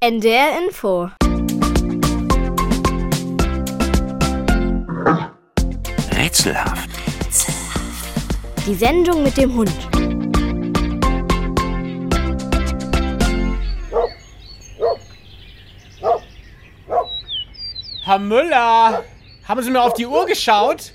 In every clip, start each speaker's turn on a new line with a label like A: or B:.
A: NDR Info.
B: Rätselhaft.
A: Die Sendung mit dem Hund.
C: Herr Müller, haben Sie mal auf die Uhr geschaut?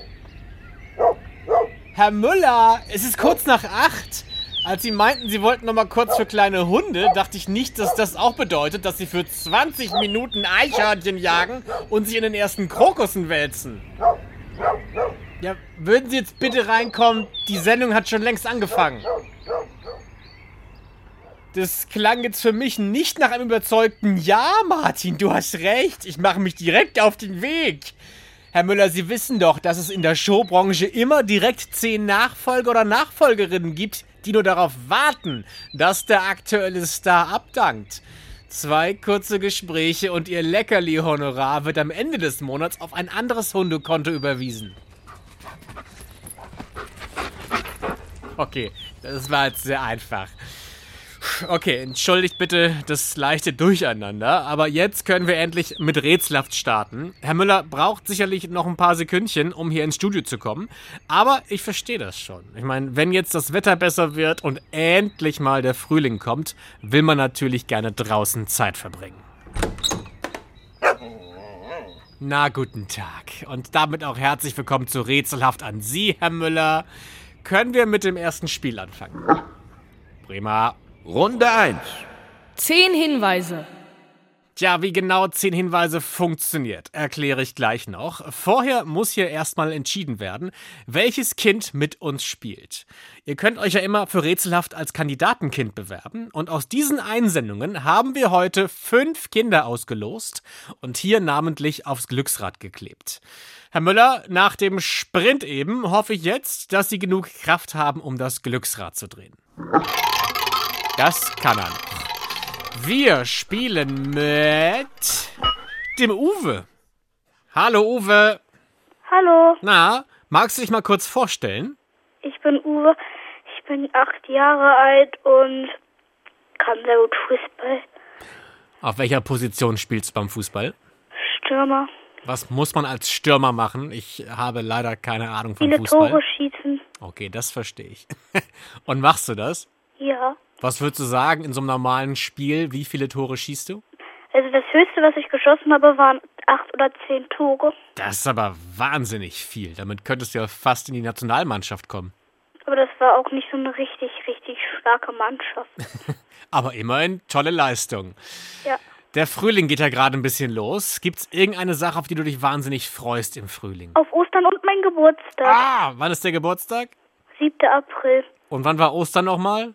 C: Herr Müller, es ist kurz nach 8. Als Sie meinten, Sie wollten noch mal kurz für kleine Hunde, dachte ich nicht, dass das auch bedeutet, dass Sie für 20 Minuten Eichhörnchen jagen und sich in den ersten Krokussen wälzen. Ja, würden Sie jetzt bitte reinkommen? Die Sendung hat schon längst angefangen. Das klang jetzt für mich nicht nach einem überzeugten Ja, Martin, du hast recht. Ich mache mich direkt auf den Weg. Herr Müller, Sie wissen doch, dass es in der Showbranche immer direkt 10 Nachfolger oder Nachfolgerinnen gibt, die nur darauf warten, dass der aktuelle Star abdankt. 2 kurze Gespräche und Ihr Leckerli-Honorar wird am Ende des Monats auf ein anderes Hundekonto überwiesen. Okay, das war jetzt sehr einfach. Okay, entschuldigt bitte das leichte Durcheinander, aber jetzt können wir endlich mit Rätselhaft starten. Herr Müller braucht sicherlich noch ein paar Sekündchen, um hier ins Studio zu kommen, aber ich verstehe das schon. Ich meine, wenn jetzt das Wetter besser wird und endlich mal der Frühling kommt, will man natürlich gerne draußen Zeit verbringen. Na, guten Tag und damit auch herzlich willkommen zu Rätselhaft an Sie, Herr Müller. Können wir mit dem ersten Spiel anfangen? Prima.
B: Runde 1.
D: 10 Hinweise.
C: Tja, wie genau 10 Hinweise funktioniert, erkläre ich gleich noch. Vorher muss hier erstmal entschieden werden, welches Kind mit uns spielt. Ihr könnt euch ja immer für Rätselhaft als Kandidatenkind bewerben. Und aus diesen Einsendungen haben wir heute 5 Kinder ausgelost und hier namentlich aufs Glücksrad geklebt. Herr Müller, nach dem Sprint eben hoffe ich jetzt, dass Sie genug Kraft haben, um das Glücksrad zu drehen. Das kann er noch. Wir spielen mit dem Uwe. Hallo Uwe.
E: Hallo,
C: Na, magst du dich mal kurz vorstellen?
E: ich bin Uwe, ich bin 8 Jahre alt und kann sehr gut Fußball.
C: Auf welcher Position spielst du beim Fußball?
E: Stürmer,
C: Was muss man als Stürmer machen? Ich habe leider keine Ahnung von
E: viele
C: Fußball.
E: Tore schießen.
C: Okay, das verstehe ich. Und machst du das?
E: Ja,
C: Was würdest du sagen in so einem normalen Spiel? Wie viele Tore schießt du?
E: also das Höchste, was ich geschossen habe, waren 8 oder 10 Tore.
C: Das ist aber wahnsinnig viel. Damit könntest du ja fast in die Nationalmannschaft kommen.
E: Aber das war auch nicht so eine richtig starke Mannschaft.
C: Aber immerhin tolle Leistung.
E: Ja,
C: Der Frühling geht ja gerade ein bisschen los. Gibt's irgendeine Sache, auf die du dich wahnsinnig freust im Frühling?
E: auf Ostern und mein Geburtstag,
C: Ah, wann ist der Geburtstag?
E: 7. April,
C: Und wann war Ostern nochmal?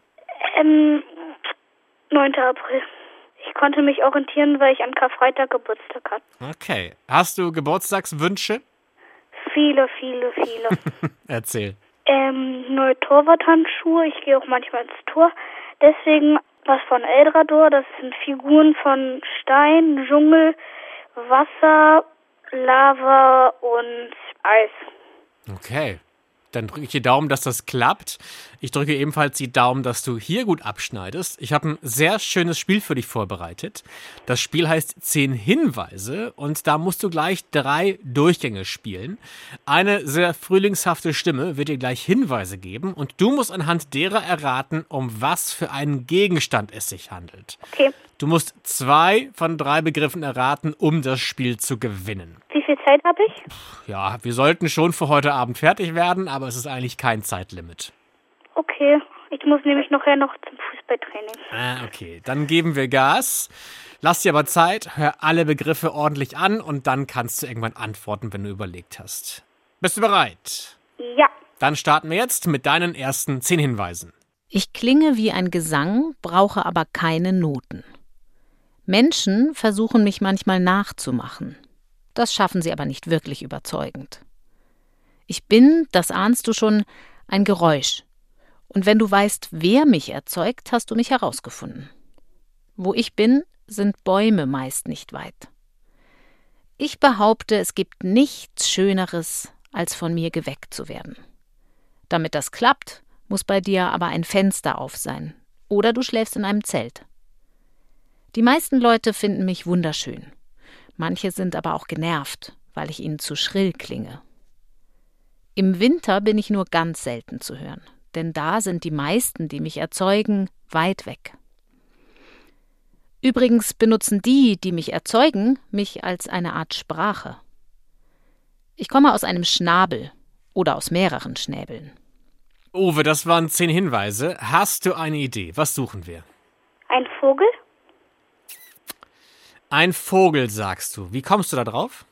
E: 9. April. Ich konnte mich orientieren, weil ich an Karfreitag Geburtstag hatte.
C: Okay. Hast du Geburtstagswünsche?
E: Viele.
C: Erzähl.
E: Neue Torwarthandschuhe. Ich gehe auch manchmal ins Tor. Deswegen was von Eldrador. Das sind Figuren von Stein, Dschungel, Wasser, Lava und Eis.
C: Okay. Dann drücke ich die Daumen, dass das klappt. Ich drücke ebenfalls die Daumen, dass du hier gut abschneidest. Ich habe ein sehr schönes Spiel für dich vorbereitet. Das Spiel heißt 10 Hinweise und da musst du gleich 3 Durchgänge spielen. Eine sehr frühlingshafte Stimme wird dir gleich Hinweise geben und du musst anhand derer erraten, um was für einen Gegenstand es sich handelt.
E: Okay.
C: Du musst 2 von 3 Begriffen erraten, um das Spiel zu gewinnen.
E: Wie viel Zeit habe ich?
C: Ja, wir sollten schon für heute Abend fertig werden, aber es ist eigentlich kein Zeitlimit.
E: Okay. Ich muss nämlich nachher noch zum Fußballtraining.
C: Okay, dann geben wir Gas. Lass dir aber Zeit, hör alle Begriffe ordentlich an und dann kannst du irgendwann antworten, wenn du überlegt hast. Bist du bereit?
E: Ja.
C: Dann starten wir jetzt mit deinen ersten 10 Hinweisen.
D: Ich klinge wie ein Gesang, brauche aber keine Noten. Menschen versuchen mich manchmal nachzumachen. Das schaffen sie aber nicht wirklich überzeugend. Ich bin, das ahnst du schon, ein Geräusch. Und wenn du weißt, wer mich erzeugt, hast du mich herausgefunden. Wo ich bin, sind Bäume meist nicht weit. Ich behaupte, es gibt nichts Schöneres, als von mir geweckt zu werden. Damit das klappt, muss bei dir aber ein Fenster auf sein. Oder du schläfst in einem Zelt. Die meisten Leute finden mich wunderschön. Manche sind aber auch genervt, weil ich ihnen zu schrill klinge. Im Winter bin ich nur ganz selten zu hören, denn da sind die meisten, die mich erzeugen, weit weg. Übrigens benutzen die, die mich erzeugen, mich als eine Art Sprache. Ich komme aus einem Schnabel oder aus mehreren Schnäbeln.
C: Uwe, das waren 10 Hinweise. Hast du eine Idee? Was suchen wir?
E: Ein Vogel?
C: Ein Vogel, sagst du. Wie kommst du da drauf?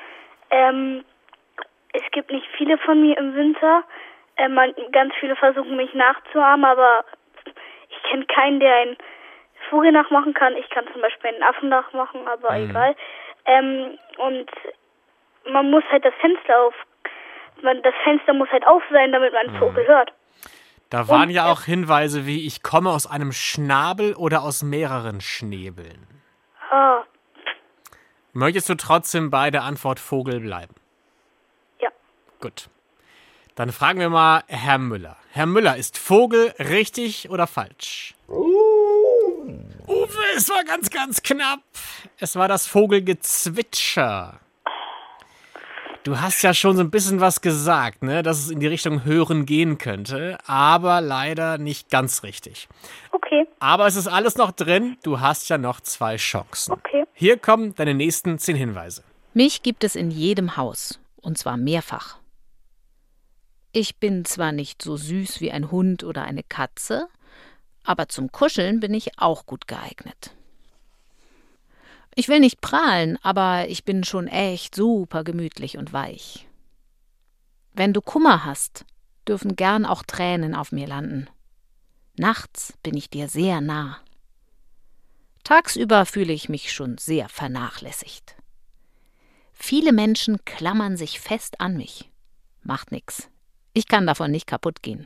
E: Es gibt nicht viele von mir im Winter. Ganz viele versuchen mich nachzuahmen, aber ich kenne keinen, der einen Vogel nachmachen kann. Ich kann zum Beispiel einen Affen nachmachen, aber egal. Und man muss halt das Fenster muss halt auf sein, damit man einen Vogel hört.
C: Da waren ja auch Hinweise wie, ich komme aus einem Schnabel oder aus mehreren Schnäbeln.
E: Ah,
C: Möchtest du trotzdem bei der Antwort Vogel bleiben?
E: ja.
C: Gut. Dann fragen wir mal Herr Müller. Herr Müller, ist Vogel richtig oder falsch? Uwe, es war ganz, ganz knapp. Es war das Vogelgezwitscher. Du hast ja schon so ein bisschen was gesagt, ne, dass es in die Richtung Hören gehen könnte, aber leider nicht ganz richtig.
E: Okay,
C: Aber es ist alles noch drin, du hast ja noch 2 Chancen.
E: okay.
C: Hier kommen deine nächsten 10 Hinweise.
D: Mich gibt es in jedem Haus, und zwar mehrfach. Ich bin zwar nicht so süß wie ein Hund oder eine Katze, aber zum Kuscheln bin ich auch gut geeignet. Ich will nicht prahlen, aber ich bin schon echt super gemütlich und weich. Wenn du Kummer hast, dürfen gern auch Tränen auf mir landen. Nachts bin ich dir sehr nah. Tagsüber fühle ich mich schon sehr vernachlässigt. Viele Menschen klammern sich fest an mich. Macht nix. Ich kann davon nicht kaputt gehen.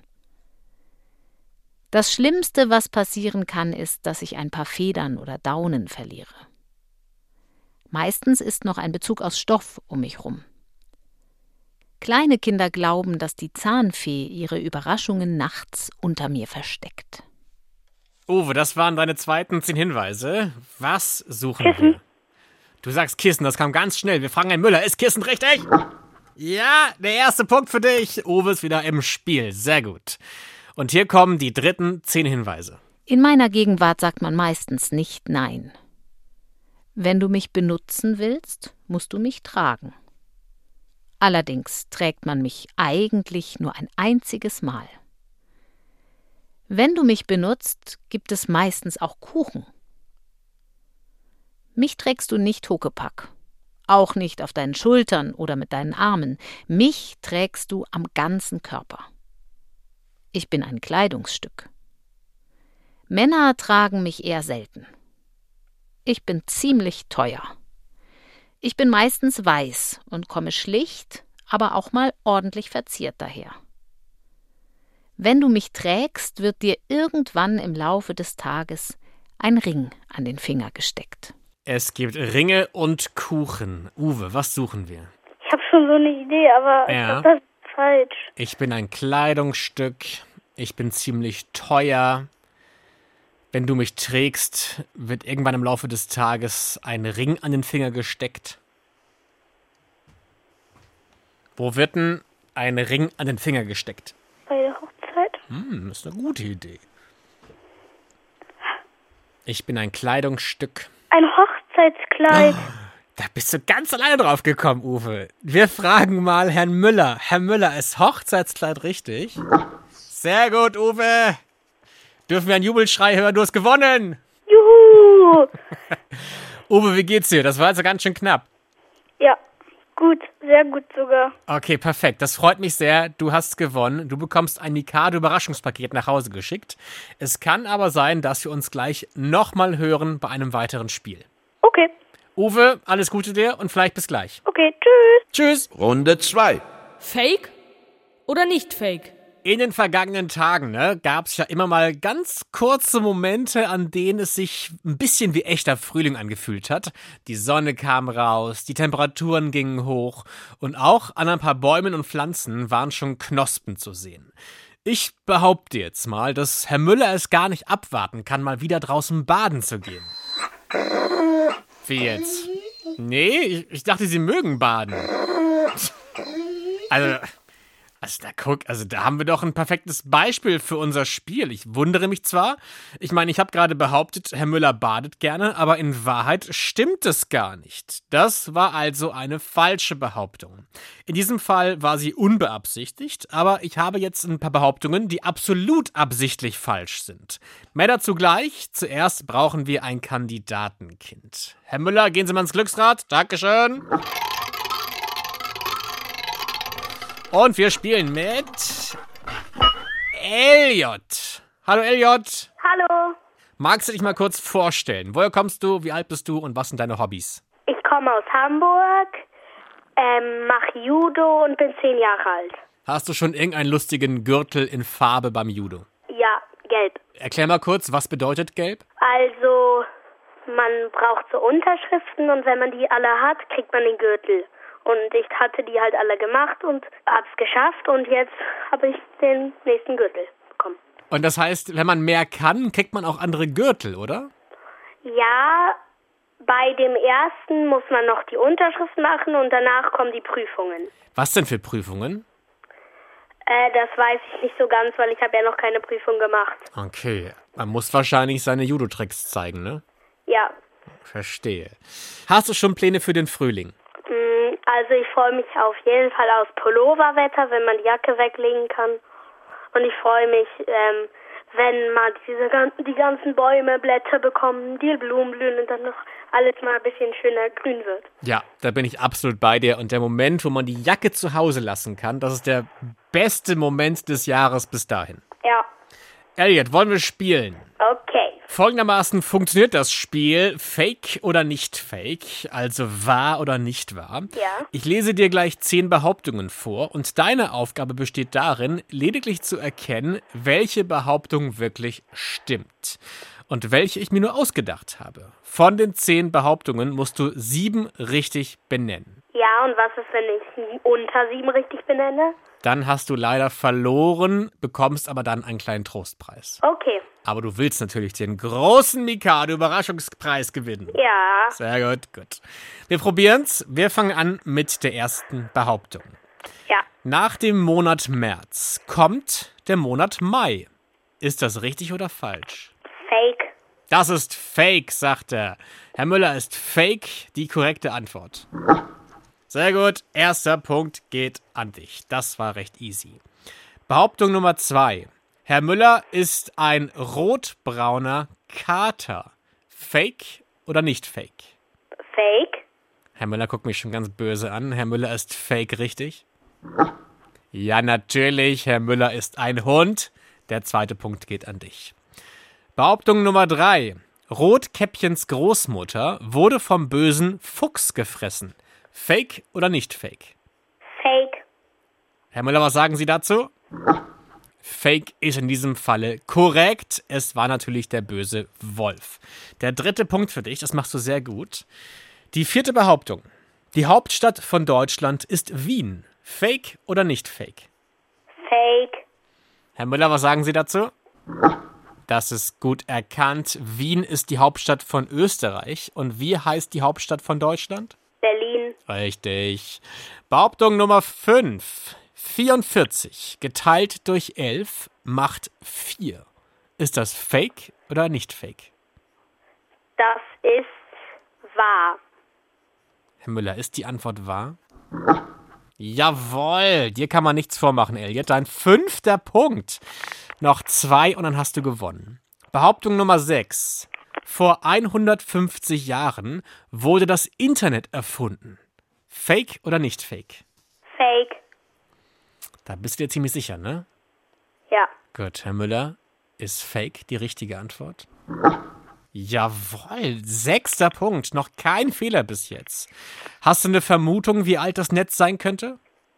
D: Das Schlimmste, was passieren kann, ist, dass ich ein paar Federn oder Daunen verliere. Meistens ist noch ein Bezug aus Stoff um mich rum. Kleine Kinder glauben, dass die Zahnfee ihre Überraschungen nachts unter mir versteckt.
C: Uwe, das waren deine zweiten 10 Hinweise. Was suchen
E: Kissen.
C: wir? Du sagst Kissen, das kam ganz schnell. Wir fragen Herrn Müller, ist Kissen richtig? Ja, der erste Punkt für dich. Uwe ist wieder im Spiel. Sehr gut. Und hier kommen die dritten 10 Hinweise.
D: In meiner Gegenwart sagt man meistens nicht Nein. Wenn du mich benutzen willst, musst du mich tragen. Allerdings trägt man mich eigentlich nur ein einziges Mal. Wenn du mich benutzt, gibt es meistens auch Kuchen. Mich trägst du nicht Huckepack, auch nicht auf deinen Schultern oder mit deinen Armen. Mich trägst du am ganzen Körper. Ich bin ein Kleidungsstück. Männer tragen mich eher selten. Ich bin ziemlich teuer. Ich bin meistens weiß und komme schlicht, aber auch mal ordentlich verziert daher. Wenn du mich trägst, wird dir irgendwann im Laufe des Tages ein Ring an den Finger gesteckt.
C: Es gibt Ringe und Kuchen. Uwe, was suchen wir?
E: Ich habe schon so eine Idee, aber
C: Ja.
E: ich glaube, das ist falsch.
C: Ich bin ein Kleidungsstück. Ich bin ziemlich teuer. Wenn du mich trägst, wird irgendwann im Laufe des Tages ein Ring an den Finger gesteckt. Wo wird denn ein Ring an den Finger gesteckt?
E: Bei der Hochzeit?
C: Das ist eine gute Idee. Ich bin ein Kleidungsstück.
E: Ein Hochzeitskleid.
C: Da bist du ganz alleine drauf gekommen, Uwe. Wir fragen mal Herrn Müller. Herr Müller, ist Hochzeitskleid richtig? Sehr gut, Uwe. Dürfen wir einen Jubelschrei hören? Du hast gewonnen.
E: Juhu!
C: Uwe, wie geht's dir? Das war also ganz schön knapp.
E: Ja, gut, sehr gut sogar.
C: Okay, perfekt. Das freut mich sehr. Du hast gewonnen. Du bekommst ein Mikado-Überraschungspaket nach Hause geschickt. Es kann aber sein, dass wir uns gleich nochmal hören bei einem weiteren Spiel.
E: Okay,
C: Uwe, alles Gute dir und vielleicht bis gleich.
E: okay, tschüss.
C: Tschüss.
B: Runde 2.
F: Fake oder nicht fake?
C: In den vergangenen Tagen gab es ja immer mal ganz kurze Momente, an denen es sich ein bisschen wie echter Frühling angefühlt hat. Die Sonne kam raus, die Temperaturen gingen hoch und auch an ein paar Bäumen und Pflanzen waren schon Knospen zu sehen. Ich behaupte jetzt mal, dass Herr Müller es gar nicht abwarten kann, mal wieder draußen baden zu gehen. Wie jetzt? Nee, ich dachte, sie mögen baden. Also da haben wir doch ein perfektes Beispiel für unser Spiel. Ich wundere mich zwar, ich habe gerade behauptet, Herr Müller badet gerne, aber in Wahrheit stimmt es gar nicht. Das war also eine falsche Behauptung. In diesem Fall war sie unbeabsichtigt, aber ich habe jetzt ein paar Behauptungen, die absolut absichtlich falsch sind. Mehr dazu gleich. Zuerst brauchen wir ein Kandidatenkind. Herr Müller, gehen Sie mal ins Glücksrad. Dankeschön. Und wir spielen mit Elliot. Hallo Elliot.
E: Hallo,
C: Magst du dich mal kurz vorstellen? Woher kommst du, wie alt bist du und was sind deine Hobbys?
E: ich komme aus Hamburg, mache Judo und bin 10 Jahre alt.
C: Hast du schon irgendeinen lustigen Gürtel in Farbe beim Judo?
E: Ja, gelb.
C: Erklär mal kurz, was bedeutet gelb?
E: Also, man braucht so Unterschriften und wenn man die alle hat, kriegt man den Gürtel. Und ich hatte die halt alle gemacht und hab's geschafft und jetzt habe ich den nächsten Gürtel bekommen.
C: Und das heißt, wenn man mehr kann, kriegt man auch andere Gürtel, oder?
E: Ja, bei dem ersten muss man noch die Unterschrift machen und danach kommen die Prüfungen.
C: Was denn für Prüfungen?
E: Das weiß ich nicht so ganz, weil ich habe ja noch keine Prüfung gemacht.
C: Okay, man muss wahrscheinlich seine Judo-Tricks zeigen, ne?
E: Ja,
C: Verstehe. Hast du schon Pläne für den Frühling?
E: also ich freue mich auf jeden Fall aufs Pulloverwetter, wenn man die Jacke weglegen kann. Und ich freue mich, wenn mal die ganzen Bäume Blätter bekommen, die Blumen blühen und dann noch alles mal ein bisschen schöner grün wird.
C: Ja, da bin ich absolut bei dir. Und der Moment, wo man die Jacke zu Hause lassen kann, das ist der beste Moment des Jahres bis dahin.
E: Ja,
C: Elliot, wollen wir spielen?
E: okay.
C: Folgendermaßen funktioniert das Spiel Fake oder nicht Fake, also wahr oder nicht wahr.
E: Ja.
C: Ich lese dir gleich 10 Behauptungen vor und deine Aufgabe besteht darin, lediglich zu erkennen, welche Behauptung wirklich stimmt und welche ich mir nur ausgedacht habe. Von den 10 Behauptungen musst du 7 richtig benennen.
E: Ja, und was ist, wenn ich unter 7 richtig benenne?
C: Dann hast du leider verloren, bekommst aber dann einen kleinen Trostpreis.
E: Okay.
C: Aber du willst natürlich den großen Mikado-Überraschungspreis gewinnen.
E: Ja.
C: Sehr gut. Wir probieren's. Wir fangen an mit der ersten Behauptung.
E: Ja.
C: Nach dem Monat März kommt der Monat Mai. Ist das richtig oder falsch?
E: Fake.
C: Das ist Fake, sagt er. Herr Müller, ist Fake die korrekte Antwort? Sehr gut. Erster Punkt geht an dich. Das war recht easy. Behauptung Nummer 2. Herr Müller ist ein rotbrauner Kater. Fake oder nicht fake?
E: Fake.
C: Herr Müller guckt mich schon ganz böse an. Herr Müller ist fake, richtig? Ja, natürlich. Herr Müller ist ein Hund. Der zweite Punkt geht an dich. Behauptung Nummer 3. Rotkäppchens Großmutter wurde vom bösen Fuchs gefressen. Fake oder nicht fake?
E: Fake.
C: Herr Müller, was sagen Sie dazu? Fake ist in diesem Falle korrekt. Es war natürlich der böse Wolf. Der dritte Punkt für dich, das machst du sehr gut. Die vierte Behauptung. Die Hauptstadt von Deutschland ist Wien. Fake oder nicht fake?
E: Fake.
C: Herr Müller, was sagen Sie dazu? Das ist gut erkannt. Wien ist die Hauptstadt von Österreich. Und wie heißt die Hauptstadt von Deutschland?
E: Berlin.
C: Richtig. Behauptung Nummer 5. 44 geteilt durch 11 macht 4. Ist das fake oder nicht fake?
E: Das ist wahr.
C: Herr Müller, ist die Antwort wahr? Jawohl, dir kann man nichts vormachen, Elliot. Dein 5. Punkt. Noch 2 und dann hast du gewonnen. Behauptung Nummer 6. Vor 150 Jahren wurde das Internet erfunden. Fake oder nicht fake?
E: Fake.
C: Da bist du dir ziemlich sicher, ne?
E: Ja.
C: Gut, Herr Müller, ist fake die richtige Antwort? Jawohl, 6. Punkt. Noch kein Fehler bis jetzt. Hast du eine Vermutung, wie alt das Netz sein könnte?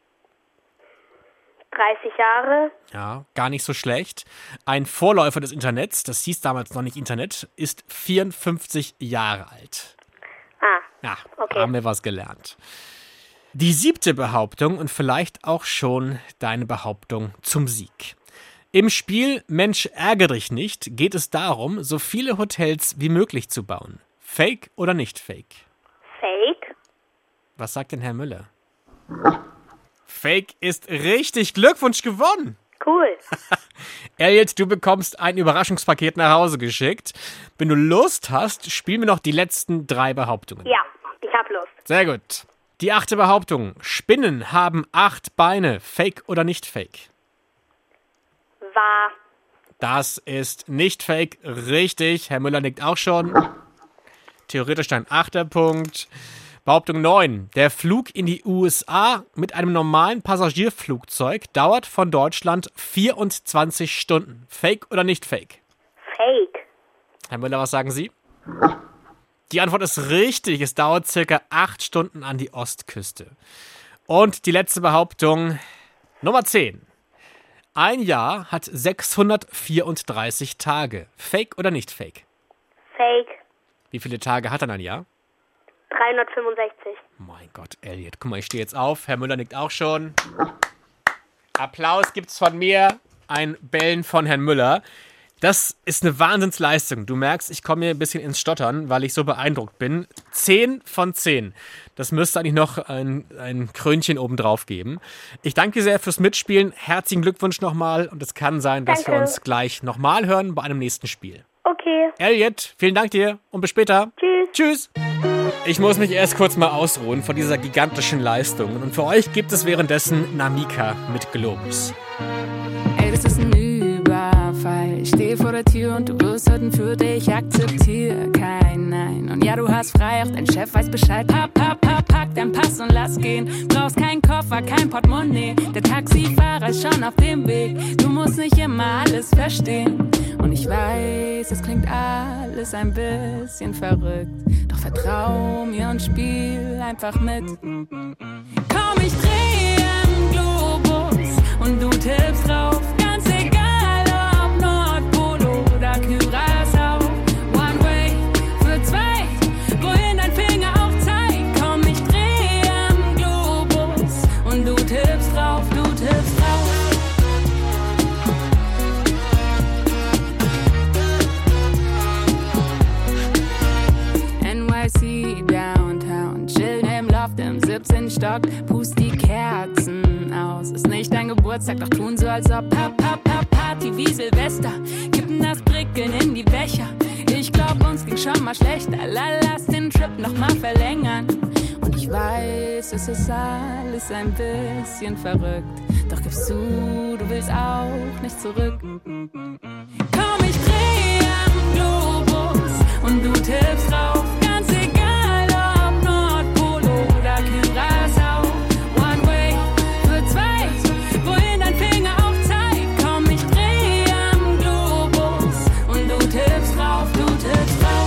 E: 30 Jahre.
C: Ja, gar nicht so schlecht. Ein Vorläufer des Internets, das hieß damals noch nicht Internet, ist 54 Jahre alt. Ja,
E: okay.
C: Haben wir was gelernt. Die 7. Behauptung und vielleicht auch schon deine Behauptung zum Sieg. Im Spiel Mensch, ärgere dich nicht geht es darum, so viele Hotels wie möglich zu bauen. Fake oder nicht fake?
E: Fake.
C: Was sagt denn Herr Müller? Fake ist richtig. Glückwunsch, gewonnen.
E: Cool.
C: Elliot, du bekommst ein Überraschungspaket nach Hause geschickt. Wenn du Lust hast, spielen wir noch die letzten 3 Behauptungen.
E: Ja, ich hab Lust.
C: Sehr gut. Die 8. Behauptung. Spinnen haben 8 Beine. Fake oder nicht fake?
E: Wahr.
C: Das ist nicht fake. Richtig. Herr Müller nickt auch schon. Theoretisch ein 8. Punkt. Behauptung 9. Der Flug in die USA mit einem normalen Passagierflugzeug dauert von Deutschland 24 Stunden. Fake oder nicht fake?
E: Fake.
C: Herr Müller, was sagen Sie? Die Antwort ist richtig. Es dauert circa 8 Stunden an die Ostküste. Und die letzte Behauptung, Nummer 10. Ein Jahr hat 634 Tage. Fake oder nicht fake?
E: Fake.
C: Wie viele Tage hat dann ein Jahr?
E: 365.
C: Mein Gott, Elliot. Guck mal, ich stehe jetzt auf. Herr Müller nickt auch schon. Applaus gibt's von mir. Ein Bellen von Herrn Müller. Das ist eine Wahnsinnsleistung. Du merkst, ich komme hier ein bisschen ins Stottern, weil ich so beeindruckt bin. 10 von 10. Das müsste eigentlich noch ein Krönchen obendrauf geben. Ich danke dir sehr fürs Mitspielen. Herzlichen Glückwunsch nochmal. Und es kann sein, dass wir uns gleich nochmal hören bei einem nächsten Spiel.
E: Okay.
C: Elliot, vielen Dank dir und bis später.
E: Tschüss.
C: Tschüss. Ich muss mich erst kurz mal ausruhen von dieser gigantischen Leistung. Und für euch gibt es währenddessen Namika mit Globus.
G: Ey, das ist ein Überfall. Ich stehe vor der Tür und du wirst heute für dich. Akzeptiere kein Nein. Und ja, du hast frei, auch dein Chef weiß Bescheid. Pack dein Pass und lass gehen. Brauchst keinen Koffer, kein Portemonnaie. Der Taxifahrer ist schon auf dem Weg. Du musst nicht immer alles verstehen. Und ich weiß, es klingt alles ein bisschen verrückt. Doch vertrau mir und spiel einfach mit. Komm, ich dreh am Globus und du tippst drauf. Ganz egal, ob Nordpol oder Curaçao. One way für 2, wohin dein Finger auch zeigt. Komm, ich dreh am Globus und du tippst drauf, du tippst drauf. NYC Downtown, chillen im Loft im 17. Stock, pust die Kerzen aus. Ist nicht dein Geburtstag, doch tun so, als ob Party wie Silvester. Kippen das Prickeln in die Becher. Ich glaub, uns ging schon mal schlechter. Lass den Trip noch mal verlängern. Und ich weiß, es ist alles ein bisschen verrückt. Doch gibst du willst auch nicht zurück. Komm, ich dreh am Globus und du tippst drauf. Ganz egal, ob Nordpol oder Curaçao. One way für 2, wohin dein Finger auch zeigt. Komm, ich dreh am Globus und du tippst drauf, du tippst drauf.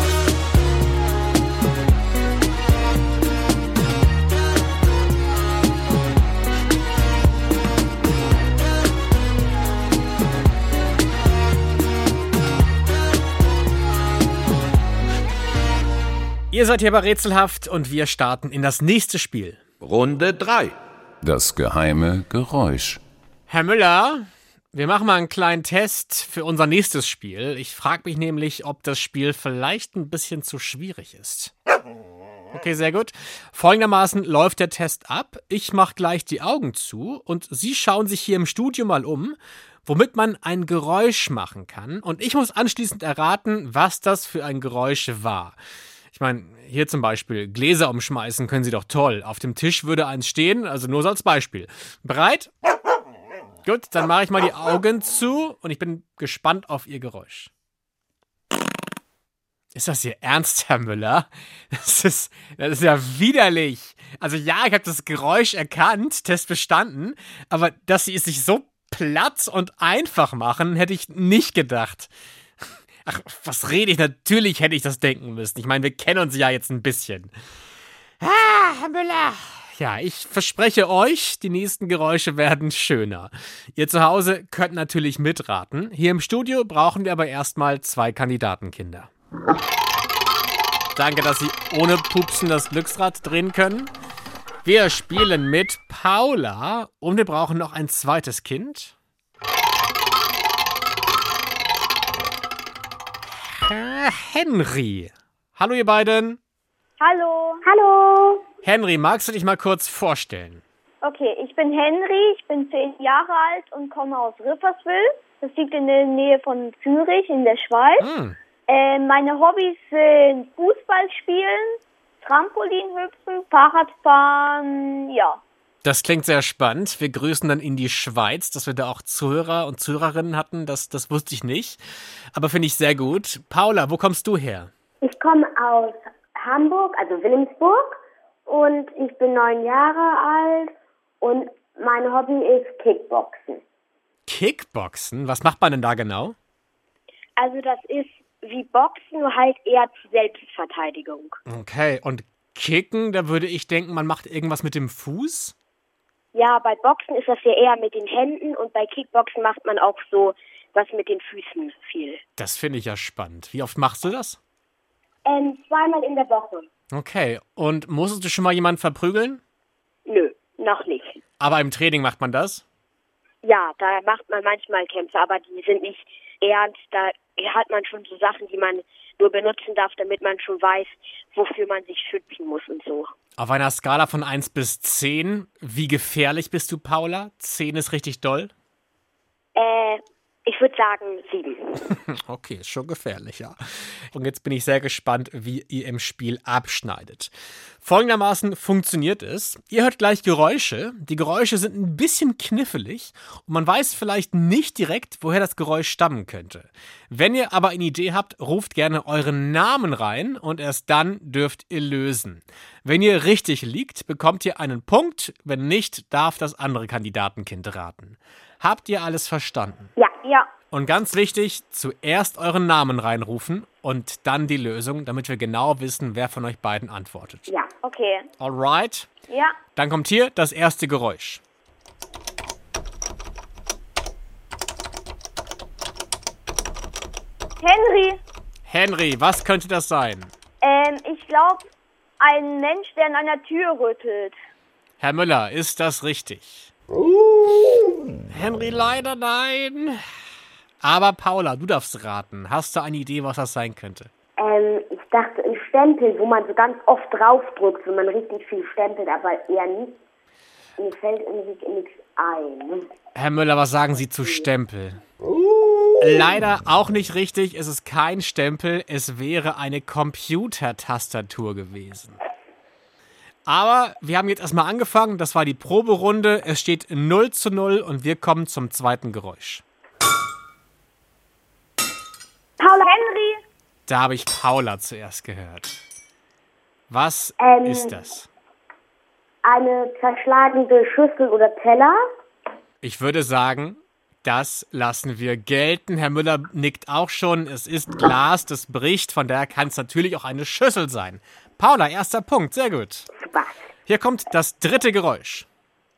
C: Ihr seid hier bei Rätselhaft und wir starten in das nächste Spiel.
B: Runde 3.
H: Das geheime Geräusch.
C: Herr Müller, wir machen mal einen kleinen Test für unser nächstes Spiel. Ich frage mich nämlich, ob das Spiel vielleicht ein bisschen zu schwierig ist. Okay, sehr gut. Folgendermaßen läuft der Test ab. Ich mache gleich die Augen zu und Sie schauen sich hier im Studio mal um, womit man ein Geräusch machen kann. Und ich muss anschließend erraten, was das für ein Geräusch war. Ich meine, hier zum Beispiel Gläser umschmeißen können Sie doch toll. Auf dem Tisch würde eins stehen, also nur so als Beispiel. Bereit? Gut, dann mache ich mal die Augen zu und ich bin gespannt auf Ihr Geräusch. Ist das Ihr Ernst, Herr Müller? Das ist ja widerlich. Also ja, ich habe das Geräusch erkannt, Test bestanden, aber dass Sie es sich so platt und einfach machen, hätte ich nicht gedacht. Ach, was rede ich? Natürlich hätte ich das denken müssen. Ich meine, wir kennen uns ja jetzt ein bisschen. Herr Müller. Ja, ich verspreche euch, die nächsten Geräusche werden schöner. Ihr zu Hause könnt natürlich mitraten. Hier im Studio brauchen wir aber erstmal 2 Kandidatenkinder. Danke, dass Sie ohne Pupsen das Glücksrad drehen können. Wir spielen mit Paula und wir brauchen noch ein zweites Kind. Henry. Hallo ihr beiden.
E: Hallo.
I: Hallo.
C: Henry, magst du dich mal kurz vorstellen?
I: Okay, ich bin Henry, ich bin 10 Jahre alt und komme aus Rifferswil. Das liegt in der Nähe von Zürich in der Schweiz. Meine Hobbys sind Fußball spielen, Trampolin hüpfen, Fahrradfahren, ja.
C: Das klingt sehr spannend. Wir grüßen dann in die Schweiz, dass wir da auch Zuhörer und Zuhörerinnen hatten. Das wusste ich nicht. Aber finde ich sehr gut. Paula, wo kommst du her?
J: Ich komme aus Hamburg, also Wilhelmsburg. Und ich bin 9 Jahre alt. Und mein Hobby ist Kickboxen.
C: Kickboxen? Was macht man denn da genau?
J: Also das ist wie Boxen, nur halt eher zur Selbstverteidigung.
C: Okay, und Kicken, da würde ich denken, man macht irgendwas mit dem Fuß?
J: Ja, bei Boxen ist das ja eher mit den Händen und bei Kickboxen macht man auch so was mit den Füßen viel.
C: Das finde ich ja spannend. Wie oft machst du das?
J: 2-mal in der Woche.
C: Okay, und musstest du schon mal jemanden verprügeln?
J: Nö, noch nicht.
C: Aber im Training macht man das?
J: Ja, da macht man manchmal Kämpfe, aber die sind nicht ernst. Da hat man schon so Sachen, die man nur benutzen darf, damit man schon weiß, wofür man sich schützen muss und so.
C: Auf einer Skala von 1 bis 10, wie gefährlich bist du, Paula? 10 ist richtig doll?
J: Ich würde sagen 7.
C: Okay, ist schon gefährlich, ja. Und jetzt bin ich sehr gespannt, wie ihr im Spiel abschneidet. Folgendermaßen funktioniert es. Ihr hört gleich Geräusche. Die Geräusche sind ein bisschen knifflig und man weiß vielleicht nicht direkt, woher das Geräusch stammen könnte. Wenn ihr aber eine Idee habt, ruft gerne euren Namen rein und erst dann dürft ihr lösen. Wenn ihr richtig liegt, bekommt ihr einen Punkt. Wenn nicht, darf das andere Kandidatenkind raten. Habt ihr alles verstanden?
J: Ja.
C: Und ganz wichtig, zuerst euren Namen reinrufen und dann die Lösung, damit wir genau wissen, wer von euch beiden antwortet.
J: Ja, okay.
C: Alright?
J: Ja.
C: Dann kommt hier das erste Geräusch. Henry, was könnte das sein?
I: Ich glaube, ein Mensch, der an einer Tür rüttelt.
C: Herr Müller, ist das richtig? Henry, leider nein. Aber Paula, du darfst raten. Hast du eine Idee, was das sein könnte?
J: Ich dachte ein Stempel, wo man so ganz oft draufdrückt, wenn man richtig viel stempelt, aber eher nicht. Mir fällt irgendwie nichts ein.
C: Herr Müller, was sagen Sie zu Stempel? Leider auch nicht richtig. Es ist kein Stempel. Es wäre eine Computertastatur gewesen. Aber wir haben jetzt erstmal angefangen. Das war die Proberunde. Es steht 0:0 und wir kommen zum zweiten Geräusch.
I: Paula, Henry.
C: Da habe ich Paula zuerst gehört. Was ist das?
J: Eine zerschlagene Schüssel oder Teller.
C: Ich würde sagen, das lassen wir gelten. Herr Müller nickt auch schon. Es ist Glas, das bricht. Von daher kann es natürlich auch eine Schüssel sein. Paula, erster Punkt. Sehr gut.
J: Super.
C: Hier kommt das dritte Geräusch.